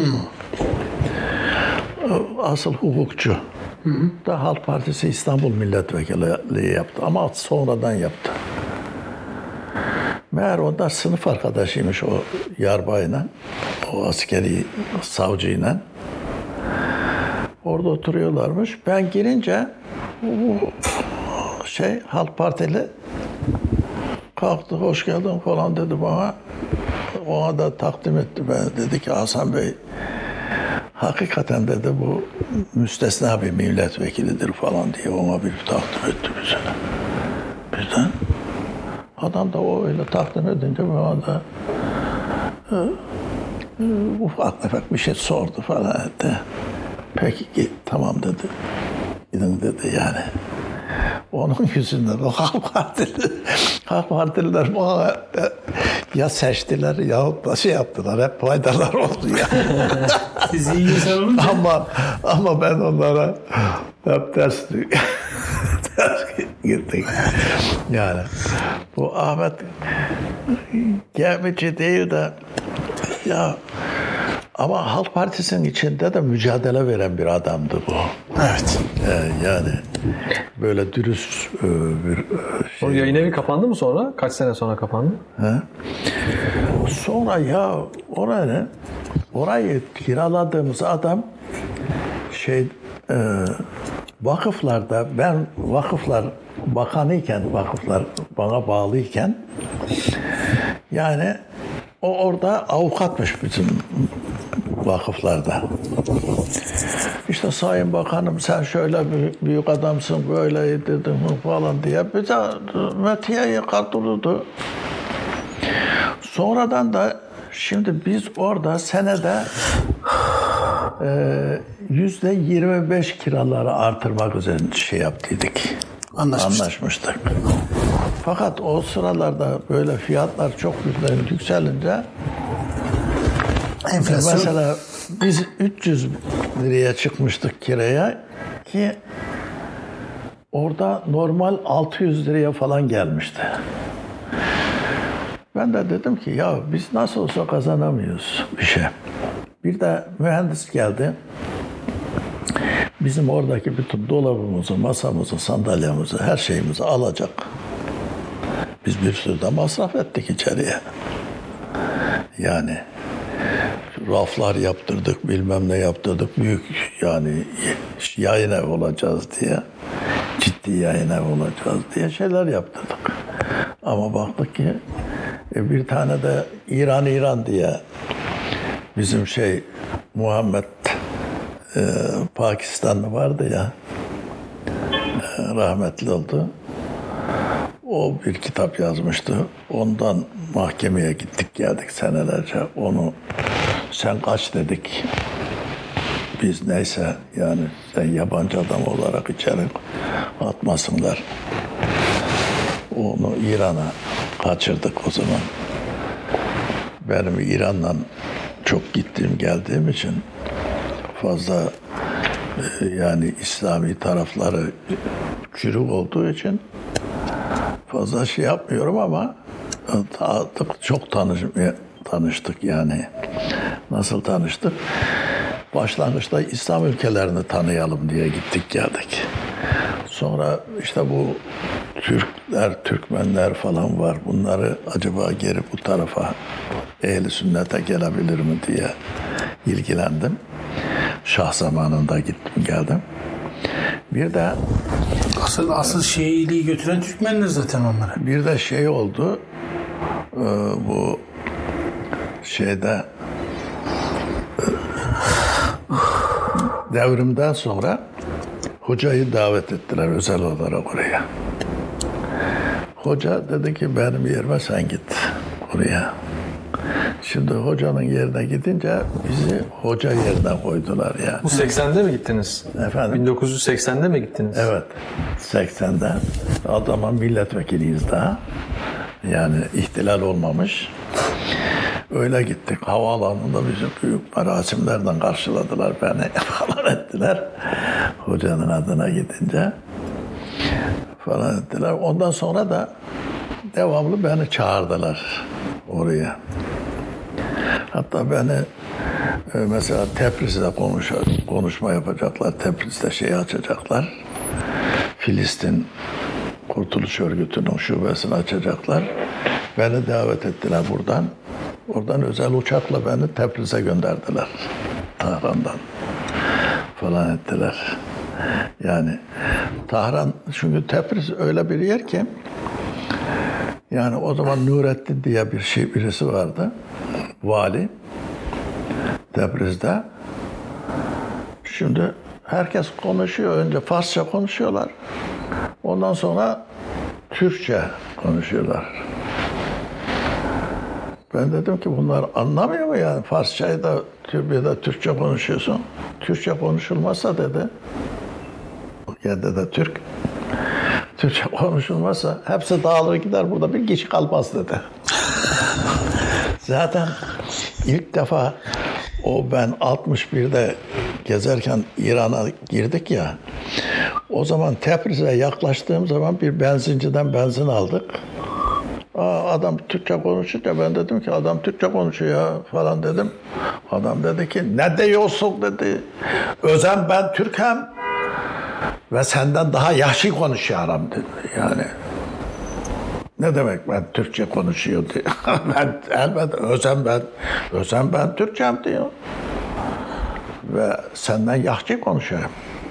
Asıl hukukçu. Hı hı. Da Halk Partisi İstanbul Milletvekilliği yaptı ama sonradan yaptı. Meğer onlar sınıf arkadaşıymış o yarbayla, o askeri savcıyla. Orada oturuyorlarmış. Ben girince bu şey Halk Partili kalktı, hoş geldin falan dedi bana. Ona da takdim etti bana. Dedi ki Hasan Bey, hakikaten dedi bu müstesna bir milletvekilidir falan diye ona bir takdim etti bize. Bizden. Adam da o öyle takdim edince bana da e, e, ufak tefek bir şey sordu falan etti. Peki git, tamam dedi. Gidin dedi yani. Onun yüzünden o Halk Partili, Halk Partililer bana ya seçtiler yahut da şey yaptılar. Hep faydalar oldu ya. Siz iyi insan olunca. ama, ama ben onlara hep ters, ters gittik. Yani bu Ahmet Gemici değil de ya ama Halk Partisi'nin içinde de mücadele veren bir adamdı bu. Evet. Ee, yani böyle dürüst e, bir e, şey. O yayın evi kapandı mı sonra? Kaç sene sonra kapandı? He? Sonra ya orayı, orayı kiraladığımız adam şey e, vakıflarda ben vakıflar bakanıyken vakıflar bana bağlıyken yani o orada avukatmış bütün vakıflarda. İşte Sayın Bakanım sen şöyle büyük, büyük adamsın böyle dedin falan diye bize metiyeyi kaldırdı. Sonradan da şimdi biz orada senede yüzde yirmi beş kiraları artırmak üzere şey yaptıydık. Anlaşmıştık. Anlaşmıştık. Fakat o sıralarda böyle fiyatlar çok yükselince enflasyon. mesela biz üç yüz liraya çıkmıştık kiraya ki orada normal altı yüz liraya falan gelmişti. Ben de dedim ki ya biz nasıl olsa kazanamıyoruz bir şey. Bir de mühendis geldi. Bizim oradaki bütün dolabımızı, masamızı, sandalyemizi, her şeyimizi alacak. Biz bir sürü de masraf ettik içeriye. Yani raflar yaptırdık, bilmem ne yaptırdık. Büyük yani yayın ev olacağız diye, ciddi yayın ev olacağız diye şeyler yaptırdık. Ama baktık ki bir tane de İran İran diye bizim şey Muhammed e, Pakistanlı vardı ya e, rahmetli oldu. O bir kitap yazmıştı. Ondan mahkemeye gittik geldik senelerce. Onu sen kaç dedik. Biz neyse yani sen yabancı adam olarak içeri atmasınlar. Onu İran'a kaçırdık o zaman. Benim İran'dan çok gittiğim geldiğim için fazla e, yani İslami tarafları çürük olduğu için fazla şey yapmıyorum ama artık çok tanışmaya, tanıştık yani. Nasıl tanıştık? Başlangıçta İslam ülkelerini tanıyalım diye gittik geldik. Sonra işte bu Türkler, Türkmenler falan var. Bunları acaba geri bu tarafa ehl-i sünnete gelebilir mi diye ilgilendim. Şah zamanında gittim geldim. Bir de Asıl asıl şeyliği götüren Türkmenler zaten onlara. bir de şey oldu. E, bu şeyde e, devrimden sonra hocayı davet ettiler özel olarak oraya. Hoca dedi ki benim yerime sen git oraya. Şimdi hocanın yerine gidince bizi hoca yerine koydular yani. Bu seksende mi gittiniz? Efendim? bin dokuz yüz seksende mi gittiniz? Evet. seksende. O zaman milletvekiliyiz daha. Yani ihtilal olmamış. Öyle gittik. Havaalanında bizi büyük merasimlerden karşıladılar beni falan ettiler. Hocanın adına gidince falan ettiler. Ondan sonra da devamlı beni çağırdılar oraya. Hatta beni e, mesela Tebriz'de konuş, konuşma yapacaklar. Tebriz'de şey açacaklar. Filistin Kurtuluş Örgütü'nün şubesini açacaklar. Beni davet ettiler buradan. Oradan özel uçakla beni Tebriz'e gönderdiler. Tahran'dan falan ettiler. Yani Tahran, çünkü Tebriz öyle bir yer ki, yani o zaman Nurettin diye bir şey birisi vardı. Vali. Tebriz'de. Şimdi herkes konuşuyor. Önce Farsça konuşuyorlar. Ondan sonra Türkçe konuşuyorlar. Ben dedim ki bunlar anlamıyor mu yani? Farsçayı da Türkiye'de Türkçe konuşuyorsun. Türkçe konuşulmazsa dedi. Ya da Türk. Türkçe konuşulmazsa hepsi dağılır gider, burada bir kişi kalmaz dedi. Zaten ilk defa o ben altmış birde gezerken İran'a girdik ya. O zaman Tebriz'e yaklaştığım zaman bir benzinciden benzin aldık. Aa, adam Türkçe konuşunca ben dedim ki adam Türkçe konuşuyor ya falan dedim. Adam dedi ki ne diyorsun dedi. Özen ben Türk'üm ve senden daha yaşlı konuşuyorum dedi. Yani ne demek ben Türkçe konuşuyor diyor. Ben elbette Özen ben Özen ben Türkçem diyor. Ve senden yaşlı konuşuyorum.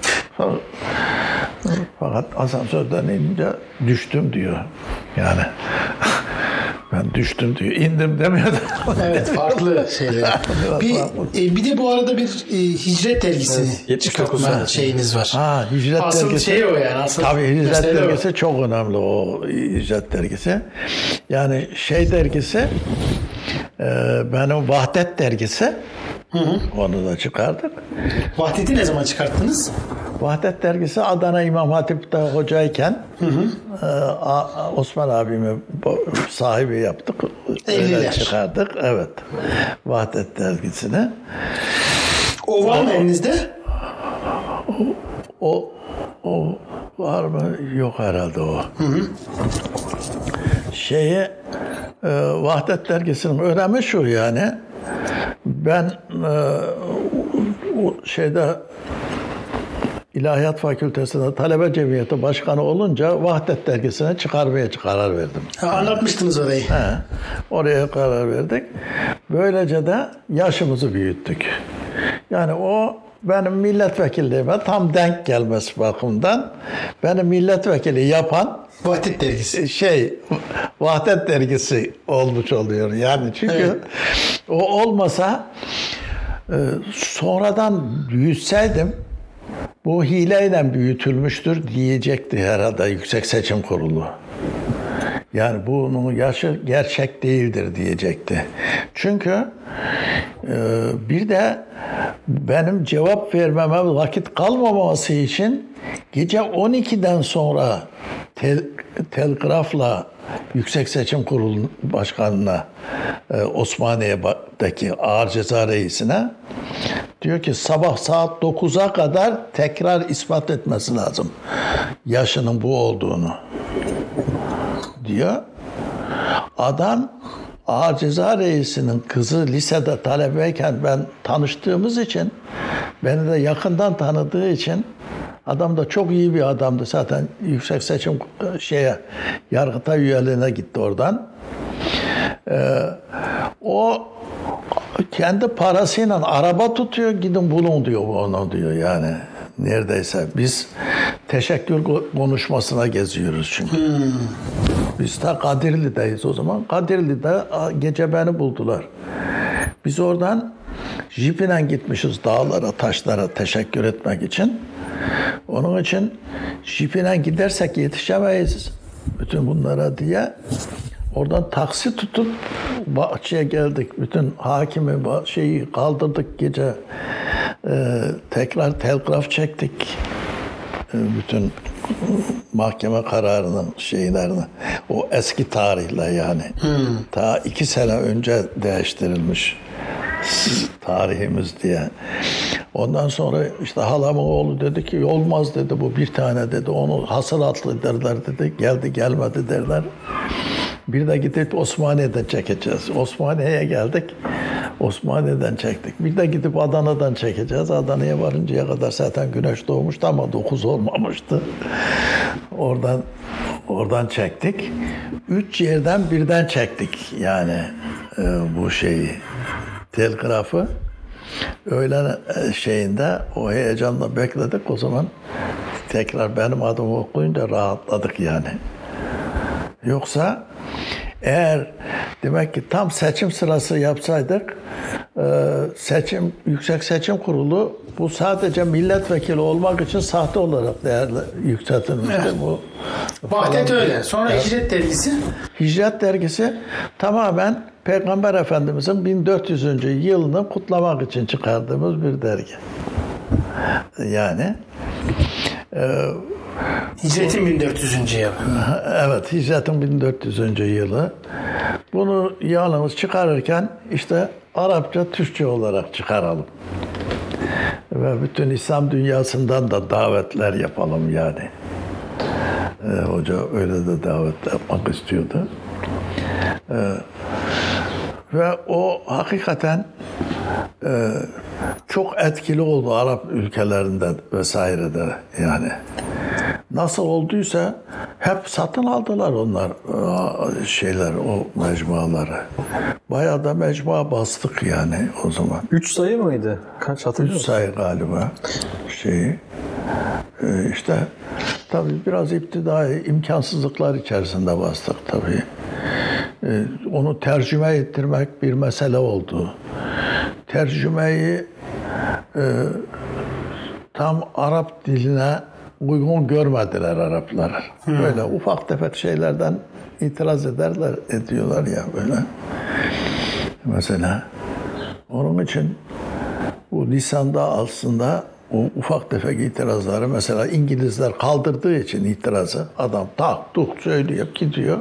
Fakat asansörden inince düştüm diyor. Yani ben düştüm diyor. İndim demiyor da. Evet, farklı şeyler. bir, e, bir de bu arada bir e, hicret dergisi evet, çıkartma şeyiniz var. Ha, hicret asıl dergisi. şey o yani. Asıl tabii hicret dergisi o. çok önemli, o hicret dergisi. Yani şey dergisi, e, benim Vahdet dergisi. Hı hı. Onu da çıkardık. Vahdet'i ne zaman çıkarttınız? Vahdet dergisi Adana İmam Hatip'te hocayken hı hı. E, Osman abimi sahibi yaptık. Öyle çıkardık. Evet. Vahdet dergisini. O var mı elinizde? O, o var mı? Yok herhalde o. Hı hı. Şeyi e, Vahdet dergisinin önemi şu yani. Ben e, o şeyde İlahiyat Fakültesi'nde talebe cemiyeti başkanı olunca Vahdet dergisine çıkarmaya karar verdim. Ha, anlatmıştınız orayı. He, oraya karar verdik. Böylece de yaşımızı büyüttük. Yani o benim milletvekilliğime tam denk gelmesi bakımından beni milletvekili yapan Vahdet dergisi. Şey, Vahdet dergisi olmuş oluyor. Yani çünkü evet. O olmasa e, sonradan büyütseydim bu hileyle büyütülmüştür diyecekti herhalde Yüksek Seçim Kurulu. Yani bunun yaşı gerçek değildir diyecekti. Çünkü e, bir de benim cevap vermeme vakit kalmaması için gece on ikiden sonra tel, telgrafla Yüksek Seçim Kurulu Başkanı'na, e, Osmaniye'deki Ağır Ceza Reisi'ne diyor ki sabah saat dokuza kadar tekrar ispat etmesi lazım yaşının bu olduğunu diyor. Adam Ağır Ceza Reisi'nin kızı lisede talebeyken ben tanıştığımız için, beni de yakından tanıdığı için, adam da çok iyi bir adamdı zaten. Yüksek Seçim şeye Yargıtay üyeliğine gitti oradan. Ee, o kendi parasıyla araba tutuyor, gidin bulun diyor onu diyor yani. Neredeyse biz teşekkür konuşmasına geziyoruz çünkü. Hmm. Biz de Kadirli'deyiz o zaman. Kadirli'de gece beni buldular. Biz oradan jiple gitmişiz dağlara, taşlara teşekkür etmek için. Onun için jiple gidersek yetişemeyiz bütün bunlara diye oradan taksi tutup bahçeye geldik. Bütün hakimi şeyi kaldırdık gece. Ee, tekrar telgraf çektik. Ee, bütün mahkeme kararının şeylerini. O eski tarihle yani. Hmm. Ta iki sene önce değiştirilmiş tarihimiz diye. Ondan sonra işte halamın oğlu dedi ki olmaz dedi, bu bir tane dedi. Onu hasılatlı derler dedi. Geldi gelmedi derler. Bir de gidip Osmaniye'den çekeceğiz. Osmaniye'ye geldik. Osmaniye'den çektik. Bir de gidip Adana'dan çekeceğiz. Adana'ya varıncaya kadar zaten güneş doğmuştu ama dokuz olmamıştı. Oradan oradan çektik. Üç yerden birden çektik yani e, bu şeyi, telgrafı. Öğlen şeyinde o heyecanla bekledik. O zaman tekrar benim adımı okuyunca rahatladık yani. Yoksa eğer demek ki tam seçim sırası yapsaydık, seçim Yüksek Seçim Kurulu bu sadece milletvekili olmak için sahte olarak değerli yükseltilmişti. Evet. Bu Vahdet falan. öyle. Sonra Evet. Hicret dergisi. Hicret dergisi tamamen Peygamber Efendimizin bin dört yüzüncü yılını kutlamak için çıkardığımız bir dergi. Yani e, Hicretin bin dört yüzüncü yılı. evet, Hicret'in bin dört yüzüncü yılı. Bunu yalnız çıkarırken işte Arapça, Türkçe olarak çıkaralım. Ve bütün İslam dünyasından da davetler yapalım yani. Ee, hoca öyle de davet yapmak istiyordu. Ee, ve o hakikaten e, çok etkili oldu Arap ülkelerinde vesairede yani. Nasıl olduysa hep satın aldılar onlar şeyler, o mecmuaları. Bayağı da mecmua bastık yani o zaman. Üç sayı mıydı? Kaç hatırlıyor Üç musun? sayı galiba şeyi. Ee, işte tabii biraz iptidai imkansızlıklar içerisinde bastık tabii. Ee, onu tercüme ettirmek bir mesele oldu. Tercümeyi e, tam Arap diline uygun görmediler Araplar. Hmm. Böyle ufak tefek şeylerden itiraz ederler, ediyorlar ya böyle. Mesela onun için bu lisanda aslında o ufak tefek itirazları mesela İngilizler kaldırdığı için itirazı adam tak tuk söylüyor gidiyor.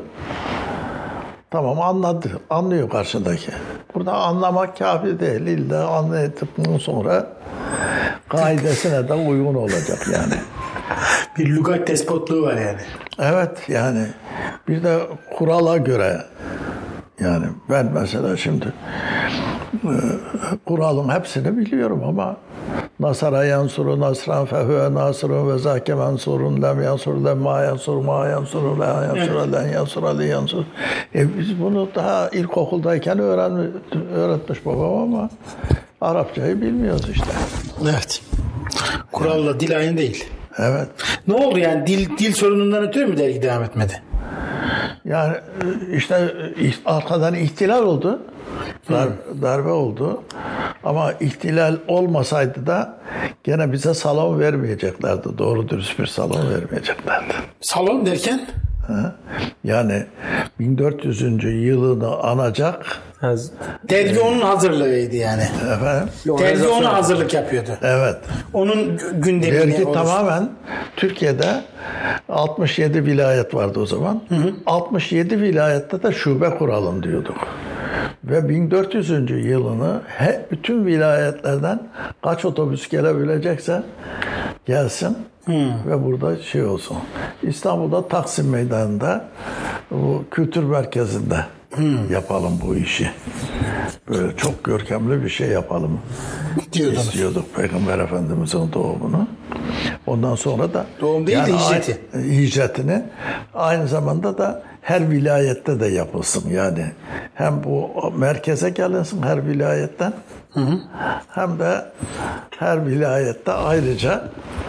Tamam anladı, anlıyor karşıdaki. Burada anlamak kafi değil. İlla anladıktan sonra kaidesine de uygun olacak yani. Bir lügat despotluğu var yani. Evet yani bir de kurala göre yani ben mesela şimdi e, kuralın hepsini biliyorum ama Nasara yansuru nasran fehüve nasrun ve zâke mensurun lem yansur lem ma yansur ma yansur la yansur len yansur li yansur. E biz bunu daha ilkokuldayken öğren, öğretmiş babam ama Arapçayı bilmiyoruz işte. Evet. Kuralla dil aynı değil. Evet. Ne oldu yani dil dil sorunundan ötürü mü dergi devam etmedi? Yani işte arkadan ihtilal oldu. Dar, darbe oldu. Ama ihtilal olmasaydı da gene bize salon vermeyeceklerdi. Doğru dürüst bir salon vermeyeceklerdi. Salon derken? Ha? Yani bin dört yüzüncü yılını anacak. Dergi onun hazırlığıydı yani. Efendim? Dergi ona hazırlık yapıyordu. Evet. Onun gündemini Dergi oluştu. tamamen Türkiye'de altmış yedi vilayet vardı o zaman. Hı hı. altmış yedi vilayette de şube kuralım diyorduk. Ve bin dört yüzüncü yılını he, bütün vilayetlerden kaç otobüs gelebilecekse gelsin hmm. ve burada şey olsun. İstanbul'da Taksim Meydanı'nda bu kültür merkezinde hmm. yapalım bu işi. Böyle çok görkemli bir şey yapalım diyordunuz. İstiyorduk Peygamber Efendimiz'in doğumunu. Ondan sonra da doğum değil yani de hicreti. Hicretini aynı zamanda da her vilayette de yapılsın yani. Hem bu merkeze gelinsin her vilayetten hı hı. hem de her vilayette ayrıca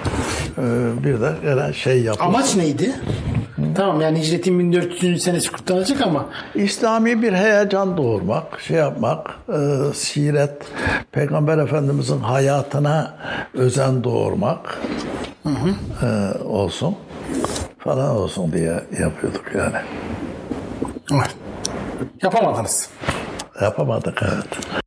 bir de şey yapılsın. Amaç neydi? Hı. Tamam yani hicretin bin dört yüzüncü senesi kutlanacak ama İslami bir heyecan doğurmak, şey yapmak, e, siret, Peygamber Efendimizin hayatına özen doğurmak hı hı. E, olsun falan olsun diye yapıyorduk yani. Yapamadınız. Yapamadık evet.